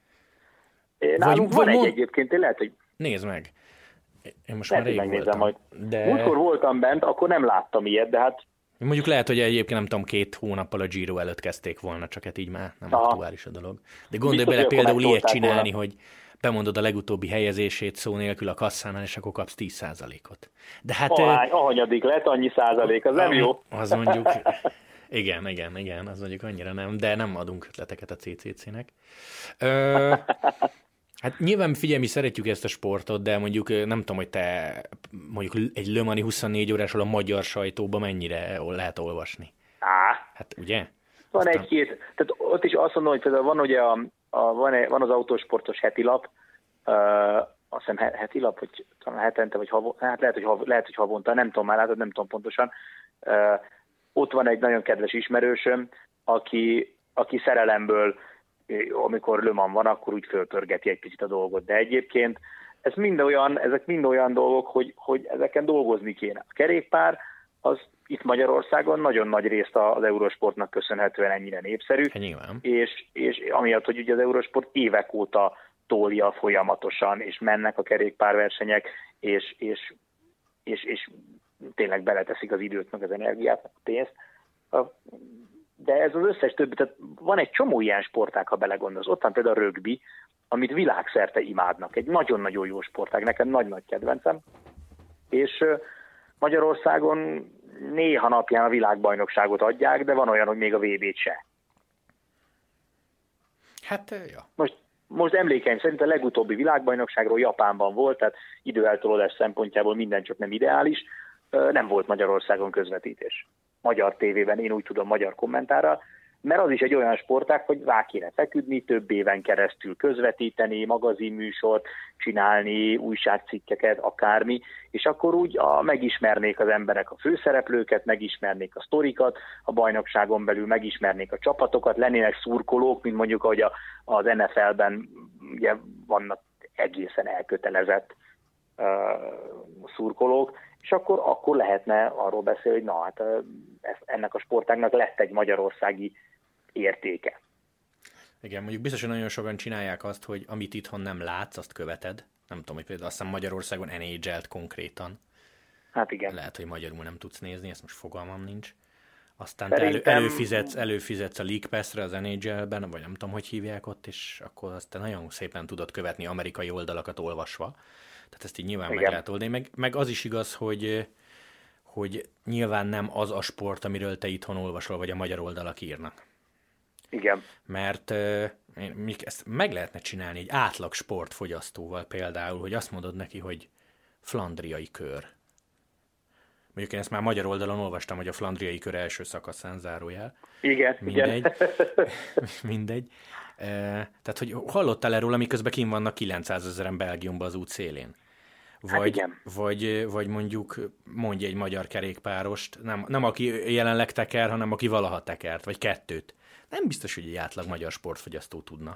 Nálunk vagy, van vagy egy egyébként, én lehet, hogy... Nézd meg. Én most lehet, már rég voltam. Majd. De... Múltkor voltam bent, akkor nem láttam ilyet, de hát... Mondjuk lehet, hogy egyébként nem tudom, két hónappal a Giro előtt kezdték volna, csak hát így már nem Aha. aktuális a dolog. De gondolj bele például ilyet csinálni, volna. Hogy bemondod a legutóbbi helyezését szó nélkül a kasszánál, és akkor kapsz tíz százalékot. De hát... Ahány, ahanyadik lett, annyi százalék, az nem jó. Az mondjuk... Igen, igen, igen, az mondjuk annyira nem, de nem adunk ötleteket a cé cé cének. Ö, hát nyilván figyelj, mi szeretjük ezt a sportot, de mondjuk nem tudom, hogy te mondjuk egy Le Mani huszonnégy órásról a magyar sajtóban mennyire lehet olvasni. Á, hát ugye? Van Aztán... egy-két, tehát ott is azt mondom, hogy például van ugye a, a, van, van az autósportos heti lap, uh, azt hiszem heti lap, vagy talán hetente, vagy havonta, hát lehet, hogy, hav, lehet, hogy havonta, nem tudom már, látod, nem tudom pontosan. Uh, ott van egy nagyon kedves ismerősöm, aki, aki szerelemből, amikor Le Mans van, akkor úgy fölpörgeti egy kicsit a dolgot. De egyébként ez mind olyan, ezek mind olyan dolgok, hogy, hogy ezeken dolgozni kéne. A kerékpár az itt Magyarországon nagyon nagy részt az Eurosportnak köszönhetően ennyire népszerű. És, és amiatt, hogy ugye az Eurosport évek óta tolja folyamatosan, és mennek a kerékpárversenyek, és, és, és, és tényleg beleteszik az időt, meg az energiát, meg a pénzt. De ez az összes többi, tehát van egy csomó ilyen sportág, ha belegondolsz. Ott van például a rögbi, amit világszerte imádnak. Egy nagyon-nagyon jó sportág, nekem nagy-nagy kedvencem. És Magyarországon néha napján a világbajnokságot adják, de van olyan, hogy még a vé bét se. Hát, ja. Most, most emlékeim szerint a legutóbbi világbajnokságról Japánban volt, tehát időeltolódás szempontjából minden csak nem ideális, nem volt Magyarországon közvetítés. Magyar tévében, én úgy tudom, magyar kommentárral, mert az is egy olyan sportág, hogy rá kéne feküdni, több éven keresztül közvetíteni, magazinműsort csinálni, újságcikkeket, akármi, és akkor úgy a, megismernék az emberek a főszereplőket, megismernék a sztorikat, a bajnokságon belül megismernék a csapatokat, lennének szurkolók, mint mondjuk, ahogy a, az en ef el-ben ugye vannak egészen elkötelezett uh, szurkolók, és akkor, akkor lehetne arról beszélni, hogy na hát ennek a sportágnak lett egy magyarországi értéke. Igen, mondjuk biztos, hogy nagyon sokan csinálják azt, hogy amit itthon nem látsz, azt követed. Nem tudom, hogy például azt hiszem Magyarországon en há el-t konkrétan. Hát igen. Lehet, hogy magyarul nem tudsz nézni, ezt most fogalmam nincs. Aztán Szerintem... te elő, előfizetsz, előfizetsz a League Pass-re az en há el-ben, vagy nem tudom, hogy hívják ott, és akkor azt te nagyon szépen tudod követni amerikai oldalakat olvasva. Tehát ezt így nyilván Igen. meg lehet oldani. Meg, meg az is igaz, hogy, hogy nyilván nem az a sport, amiről te itthon olvasol, vagy a magyar oldalak írnak. Igen. Mert uh, ezt meg lehetne csinálni egy átlag sportfogyasztóval például, hogy azt mondod neki, hogy flandriai kör. Mondjuk én ezt már magyar oldalon olvastam, hogy a flandriai kör első szakaszán zárójel. Igen, Mindegy. igen. Mindegy. Uh, tehát, hogy hallottál erről, amiközben kint vannak kilencszázezeren Belgiumban az út szélén? Vagy, hát vagy, vagy mondjuk mondj egy magyar kerékpárost, nem, nem aki jelenleg teker, hanem aki valaha tekert, vagy kettőt. Nem biztos, hogy egy átlag magyar sportfogyasztó tudna.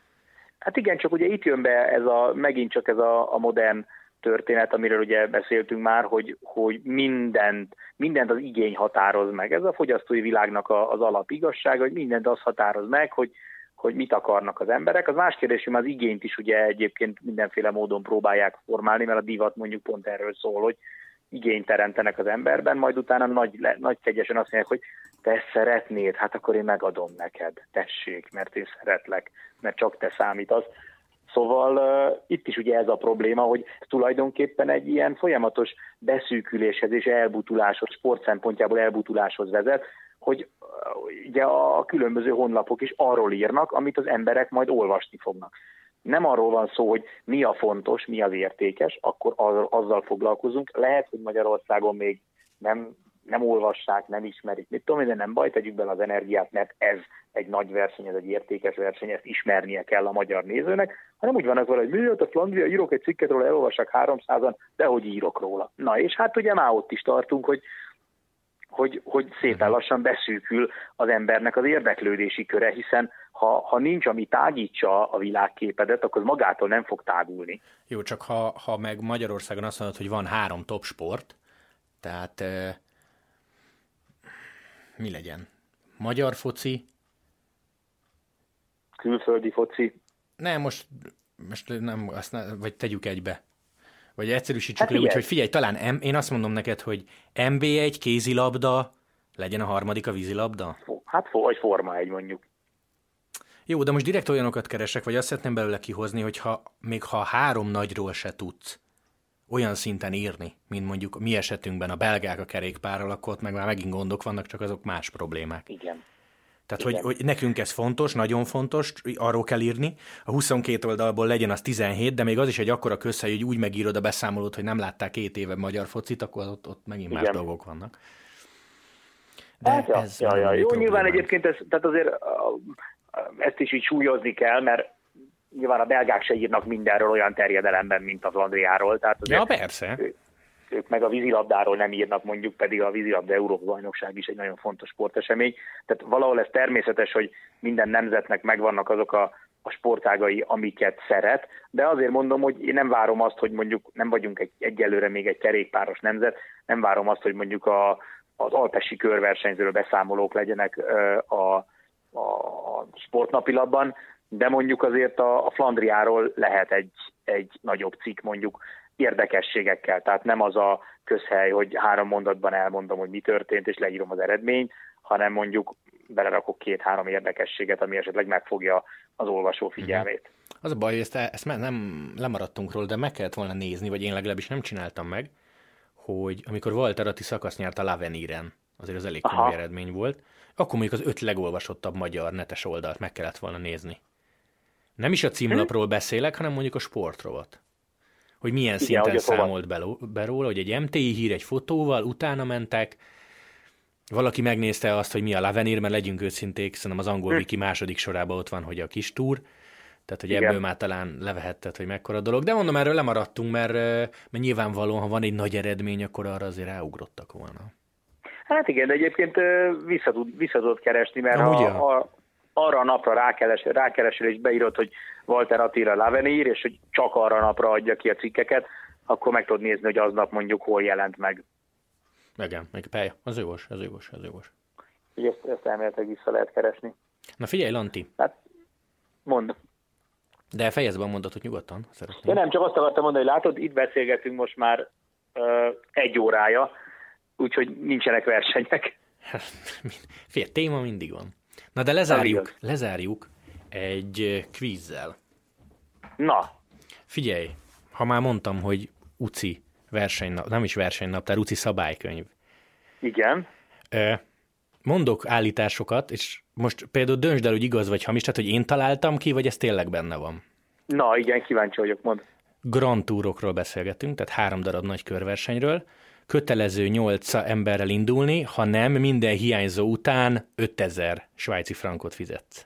Hát igen, csak ugye itt jön be ez a, megint csak ez a, a modern történet, amiről ugye beszéltünk már, hogy, hogy mindent, mindent az igény határoz meg. Ez a fogyasztói világnak a, az alapigazsága, hogy mindent az határoz meg, hogy hogy mit akarnak az emberek. Az más kérdés, hogy az igényt is ugye egyébként mindenféle módon próbálják formálni, mert a divat mondjuk pont erről szól, hogy igényt teremtenek az emberben, majd utána nagy, nagy kegyesen azt mondják, hogy te szeretnéd, hát akkor én megadom neked, tessék, mert én szeretlek, mert csak te számítasz. Szóval uh, itt is ugye ez a probléma, hogy tulajdonképpen egy ilyen folyamatos beszűküléshez és elbutuláshoz, sport szempontjából elbutuláshoz vezet, hogy ugye a különböző honlapok is arról írnak, amit az emberek majd olvasni fognak. Nem arról van szó, hogy mi a fontos, mi az értékes, akkor azzal foglalkozunk. Lehet, hogy Magyarországon még nem, nem olvassák, nem ismerik, mit tudom én, de nem baj, tegyük bele az energiát, mert ez egy nagy verseny, ez egy értékes verseny, ezt ismernie kell a magyar nézőnek, hanem úgy vannak vele, hogy miért a Flandria, írok egy cikket róla, elolvassák háromszázan, de hogy írok róla. Na és hát ugye már ott is tartunk, hogy Hogy, hogy szépen lassan beszűkül az embernek az érdeklődési köre, hiszen ha, ha nincs, ami tágítsa a világképedet, akkor magától nem fog tágulni. Jó, csak ha, ha meg Magyarországon azt mondod, hogy van három top sport, tehát eh, mi legyen? Magyar foci? Külföldi foci? Nem, most, most nem, azt ne, vagy tegyük egybe. Vagy egyszerűsítsük hát le úgy, hogy figyelj, talán em, én azt mondom neked, hogy em bé egy kézilabda, legyen a harmadik a vízilabda? Hát vagy Forma egy mondjuk. Jó, de most direkt olyanokat keresek, vagy azt szeretném belőle kihozni, hogy ha, még ha három nagyról se tudsz olyan szinten írni, mint mondjuk mi esetünkben a belgák a kerékpárral, akkor ott meg már megint gondok vannak, csak azok más problémák. Igen. Tehát, hogy, hogy nekünk ez fontos, nagyon fontos, arról kell írni, a huszonkét oldalból legyen az tizenhét, de még az is egy akkora közhely, hogy úgy megírod a beszámolót, hogy nem látták két éve magyar focit, akkor ott, ott megint igen. más dolgok vannak. De hát ja, ez ja, ja. Jó, problémák. Nyilván egyébként ez, tehát azért ezt is így súlyozni kell, mert nyilván a belgák se írnak mindenről olyan terjedelemben, mint a Flandriáról. Tehát ja, persze. Ő, ők meg a vízilabdáról nem írnak, mondjuk pedig a vízilabda Európa-bajnokság is egy nagyon fontos sportesemény. Tehát valahol ez természetes, hogy minden nemzetnek megvannak azok a, a sportágai, amiket szeret, de azért mondom, hogy én nem várom azt, hogy mondjuk nem vagyunk egy, egyelőre még egy kerékpáros nemzet, nem várom azt, hogy mondjuk a, az alpesi körversenyzőről beszámolók legyenek a, a sportnapilapban, de mondjuk azért a, a Flandriáról lehet egy, egy nagyobb cikk mondjuk érdekességekkel, tehát nem az a közhely, hogy három mondatban elmondom, hogy mi történt, és leírom az eredményt, hanem mondjuk belerakok két-három érdekességet, ami esetleg megfogja az olvasó figyelmét. Az a baj, hogy ezt, ezt nem lemaradtunk róla, de meg kellett volna nézni, vagy én legalábbis nem csináltam meg, hogy amikor Walter Atti szakasz nyert a L'Aveniren, azért az elég komoly eredmény volt, akkor mondjuk az öt legolvasottabb magyar netes oldalt meg kellett volna nézni. Nem is a címlapról beszélek, hanem mondjuk a sportrovat. Hogy milyen igen, szinten számolt be, be róla, hogy egy em té i hír egy fotóval, utána mentek, valaki megnézte azt, hogy mi a L'Avenir, mert legyünk őszinték, szerintem az angol wiki második sorában ott van, hogy a kis túr, tehát hogy igen. ebből már talán levehetted, hogy mekkora dolog. De mondom, erről lemaradtunk, mert, mert nyilvánvalóan, ha van egy nagy eredmény, akkor arra azért ráugrottak volna. Hát igen, de egyébként vissza tud, vissza tudod keresni, mert ha, ha arra a napra rákeres, rákeresel és beírod, hogy Walter Attila L'Avenir, és hogy csak arra a napra adja ki a cikkeket, akkor meg tudod nézni, hogy aznap mondjuk hol jelent meg. Igen, meg pálya. Az jogos, az jogos, az jogos. Ugye ezt, ezt elméletileg vissza lehet keresni. Na figyelj, Lanti. Hát, mondd. De fejezd be a mondatot nyugodtan. Szeretném. Ja nem, csak azt akartam mondani, hogy látod, itt beszélgetünk most már uh, egy órája, úgyhogy nincsenek versenyek. Figyelj, téma mindig van. Na de lezárjuk, lezárjuk egy kvízzel. Na. Figyelj, ha már mondtam, hogy u cé i versenynap, nem is versenynaptár, u cé i szabálykönyv. Igen. Mondok állításokat, és most például döntsd el, hogy igaz vagy hamis, tehát hogy én találtam ki, vagy ez tényleg benne van. Na igen, kíváncsi vagyok, mondd. Grand Tourokról beszélgetünk, tehát három darab nagy körversenyről. Kötelező nyolc emberrel indulni, ha nem, minden hiányzó után ötezer svájci frankot fizetsz.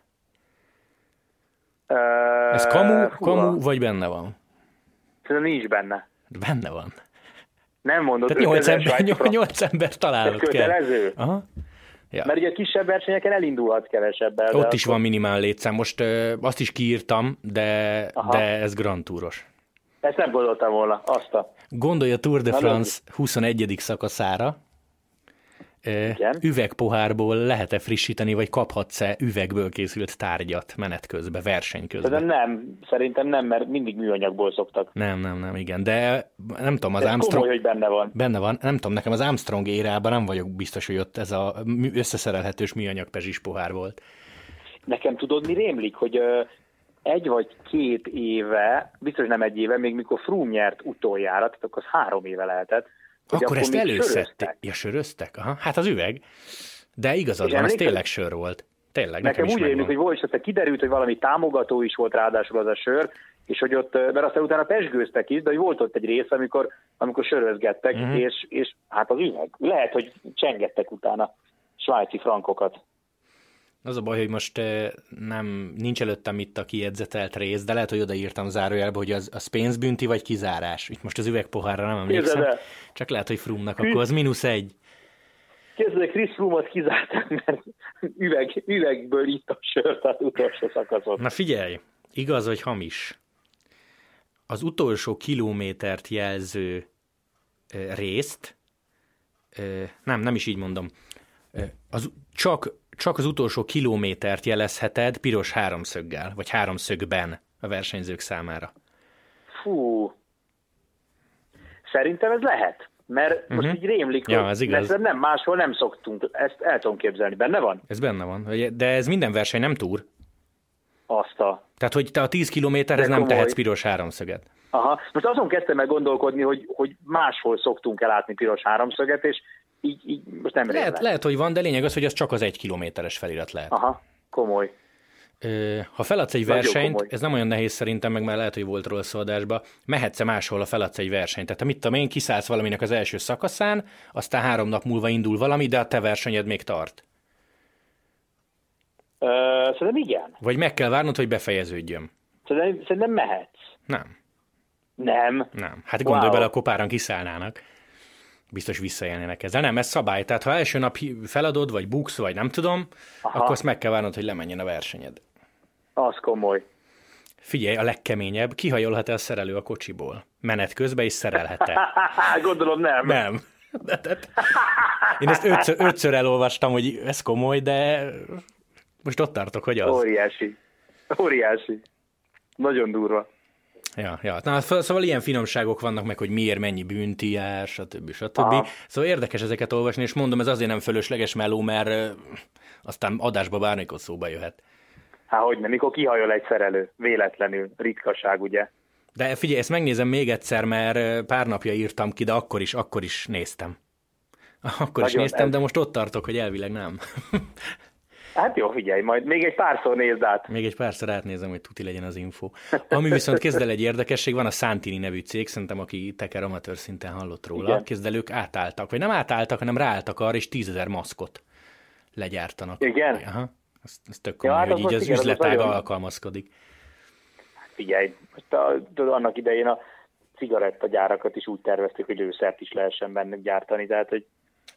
Uh, Ez kamu, kamu vagy benne van? Szerintem nincs benne. Benne van. Nem mondod, tehát nyolc ember, nyolc ember találod kell. Kötelező? Aha. Ja. Mert ugye a kisebb versenyeken elindulhatsz kevesebbel. Ott is akkor... van minimál létszám. Most ö, azt is kiírtam, de, de ez Grand Touros. Ezt nem gondoltam volna, azt a... Gondolj a Tour de France huszonegyedik szakaszára. Igen. Üvegpohárból lehet-e frissíteni, vagy kaphatsz-e üvegből készült tárgyat menet közben, verseny közben? Szerintem nem, szerintem nem, mert mindig műanyagból szoktak. Nem, nem, nem, igen, de nem tudom, az ez Armstrong... komoly, hogy benne van. Benne van, nem tudom, nekem az Armstrong érában nem vagyok biztos, hogy ott ez a összeszerelhetős műanyag pezsis pohár volt. Nekem tudod, mi rémlik, hogy egy vagy két éve, biztos nem egy éve, még mikor Froome nyert utoljára, tehát akkor az három éve lehetett. Akkor, akkor ezt előszedték. Ja, söröztek? Aha, hát az üveg. De igazad van, ez tényleg sör volt. Tényleg, nekem, nekem úgy rémlik, hogy volt, és aztán kiderült, hogy valami támogató is volt ráadásul az a sör, és hogy ott, mert aztán utána pezsgőztek is, de hogy volt ott egy rész, amikor, amikor sörözgettek, uh-huh. és, és hát az üveg. Lehet, hogy csengettek utána svájci frankokat. Az a baj, hogy most nem, nincs előttem itt a kijegyzetelt rész, de lehet, hogy odaírtam zárójelbe, hogy az, az pénzbünti vagy kizárás. Itt most az üvegpohárra nem emlékszem, csak lehet, hogy Froome-nak akkor az mínusz egy. Képzeld, Chris Froome-ot kizárták, mert üveg, üvegből itt a sört az utolsó szakaszon. Na figyelj, igaz, hogy hamis. Az utolsó kilométert jelző ö, részt, ö, nem, nem is így mondom, ö, az, csak, csak az utolsó kilométert jelezheted piros háromszöggel, vagy háromszögben a versenyzők számára. Fú, szerintem ez lehet. Mert uh-huh. most így rémlik, ja, ez igaz. Mert nem, máshol nem szoktunk, ezt el tudom képzelni. Benne van? Ez benne van, de ez minden verseny nem túr. Azt a... Tehát, hogy te a tíz kilométerhez nem tehetsz piros háromszöget. Aha, most azon kezdtem meg gondolkodni, hogy, hogy máshol szoktunk elátni piros háromszöget, és így, így most nem lehet, rémlik. Lehet, hogy van, de lényeg az, hogy az csak az egy kilométeres felirat lehet. Aha, komoly. Ha feladsz egy versenyt, ez nem olyan nehéz szerintem, meg már lehet, hogy volt róla szó adásba, mehetsz máshol, ha feladsz egy versenyt. Tehát mit tudom én, kiszállsz valaminek az első szakaszán, aztán három nap múlva indul valami, de a te versenyed még tart. Ö, szerintem igen. Vagy meg kell várnod, hogy befejeződjön. Szerintem, szerintem mehetsz. Nem. Nem? Nem. Hát gondolj wow. bele, akkor páran kiszállnának. Biztos visszaélnének ezzel. Nem, ez szabály. Tehát ha első nap feladod, vagy buksz, vagy nem tudom, aha. akkor azt meg kell várnod, hogy lemenjen a versenyed. Az komoly. Figyelj, a legkeményebb, kihajolhat-e a szerelő a kocsiból? Menet közben is szerelhet-e? Gondolom nem. Nem. De, de, én ezt ötször, ötször elolvastam, hogy ez komoly, de most ott tartok, hogy az. Óriási. Óriási. Nagyon durva. Ja, ja. Na, szóval ilyen finomságok vannak meg, hogy miért mennyi bünti jár, stb. stb. Aha. Szóval érdekes ezeket olvasni, és mondom, ez azért nem fölösleges meló, mert aztán adásba bármikor szóba jöhet. Há, hogy nem, mikor kihajol egy szerelő, véletlenül, ritkaság, ugye? De figyelj, ezt megnézem még egyszer, mert pár napja írtam ki, de akkor is, akkor is néztem. Akkor Nagyon is néztem, ez... de most ott tartok, hogy elvileg nem. Hát jó, figyelj, majd még egy párszor nézd át. Még egy párszor átnézem, hogy tuti legyen az info. Ami viszont kezd el egy érdekesség, van a Santini nevű cég, szerintem aki teker amatőr szinten hallott róla, igen. Kezd el ők átálltak, vagy nem átálltak, hanem ráálltak arra, és tízezer maszkot legyártanak. Igen? Aha. Ez, ez tök komoly, ja, hát hogy így az igen, üzletág az nagyon... alkalmazkodik. Figyelj, most a, annak idején a cigarettagyárakat is úgy tervezték, hogy lőszert is lehessen bennük gyártani, tehát hogy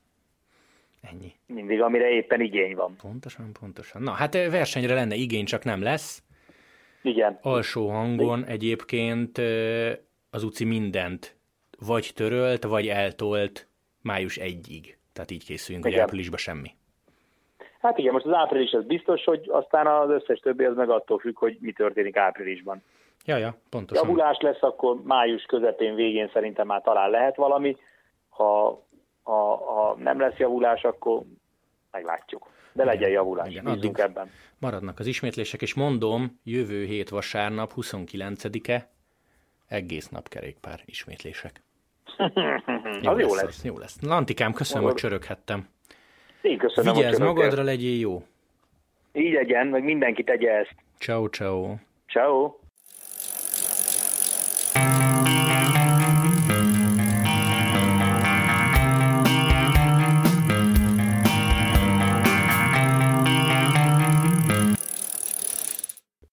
ennyi. Mindig, amire éppen igény van. Pontosan, pontosan. Na, hát versenyre lenne igény, csak nem lesz. Igen. Alsó hangon egyébként az u cé i mindent vagy törölt, vagy eltolt május elsejéig. Tehát így készülünk, igen. Hogy áprilisban semmi. Hát igen, most az április az biztos, hogy aztán az összes többi az meg attól függ, hogy mi történik áprilisban. Ja, ja, pontosan. Javulás lesz, akkor május közepén, végén szerintem már talán lehet valami. Ha, ha, ha nem lesz javulás, akkor meglátjuk. De igen, legyen javulás, igen, bízunk ebben. Maradnak az ismétlések, és mondom, jövő hét vasárnap, huszonkilencedike, egész nap kerékpár ismétlések. Jó az lesz, jó lesz. Az, jó lesz. Lantikám, köszönöm, Magad... hogy csöröghettem. Én köszönöm, Vigyázz magadra, legyél jó. Így legyen, meg mindenki tegye ezt. Ciao, ciao. Ciao.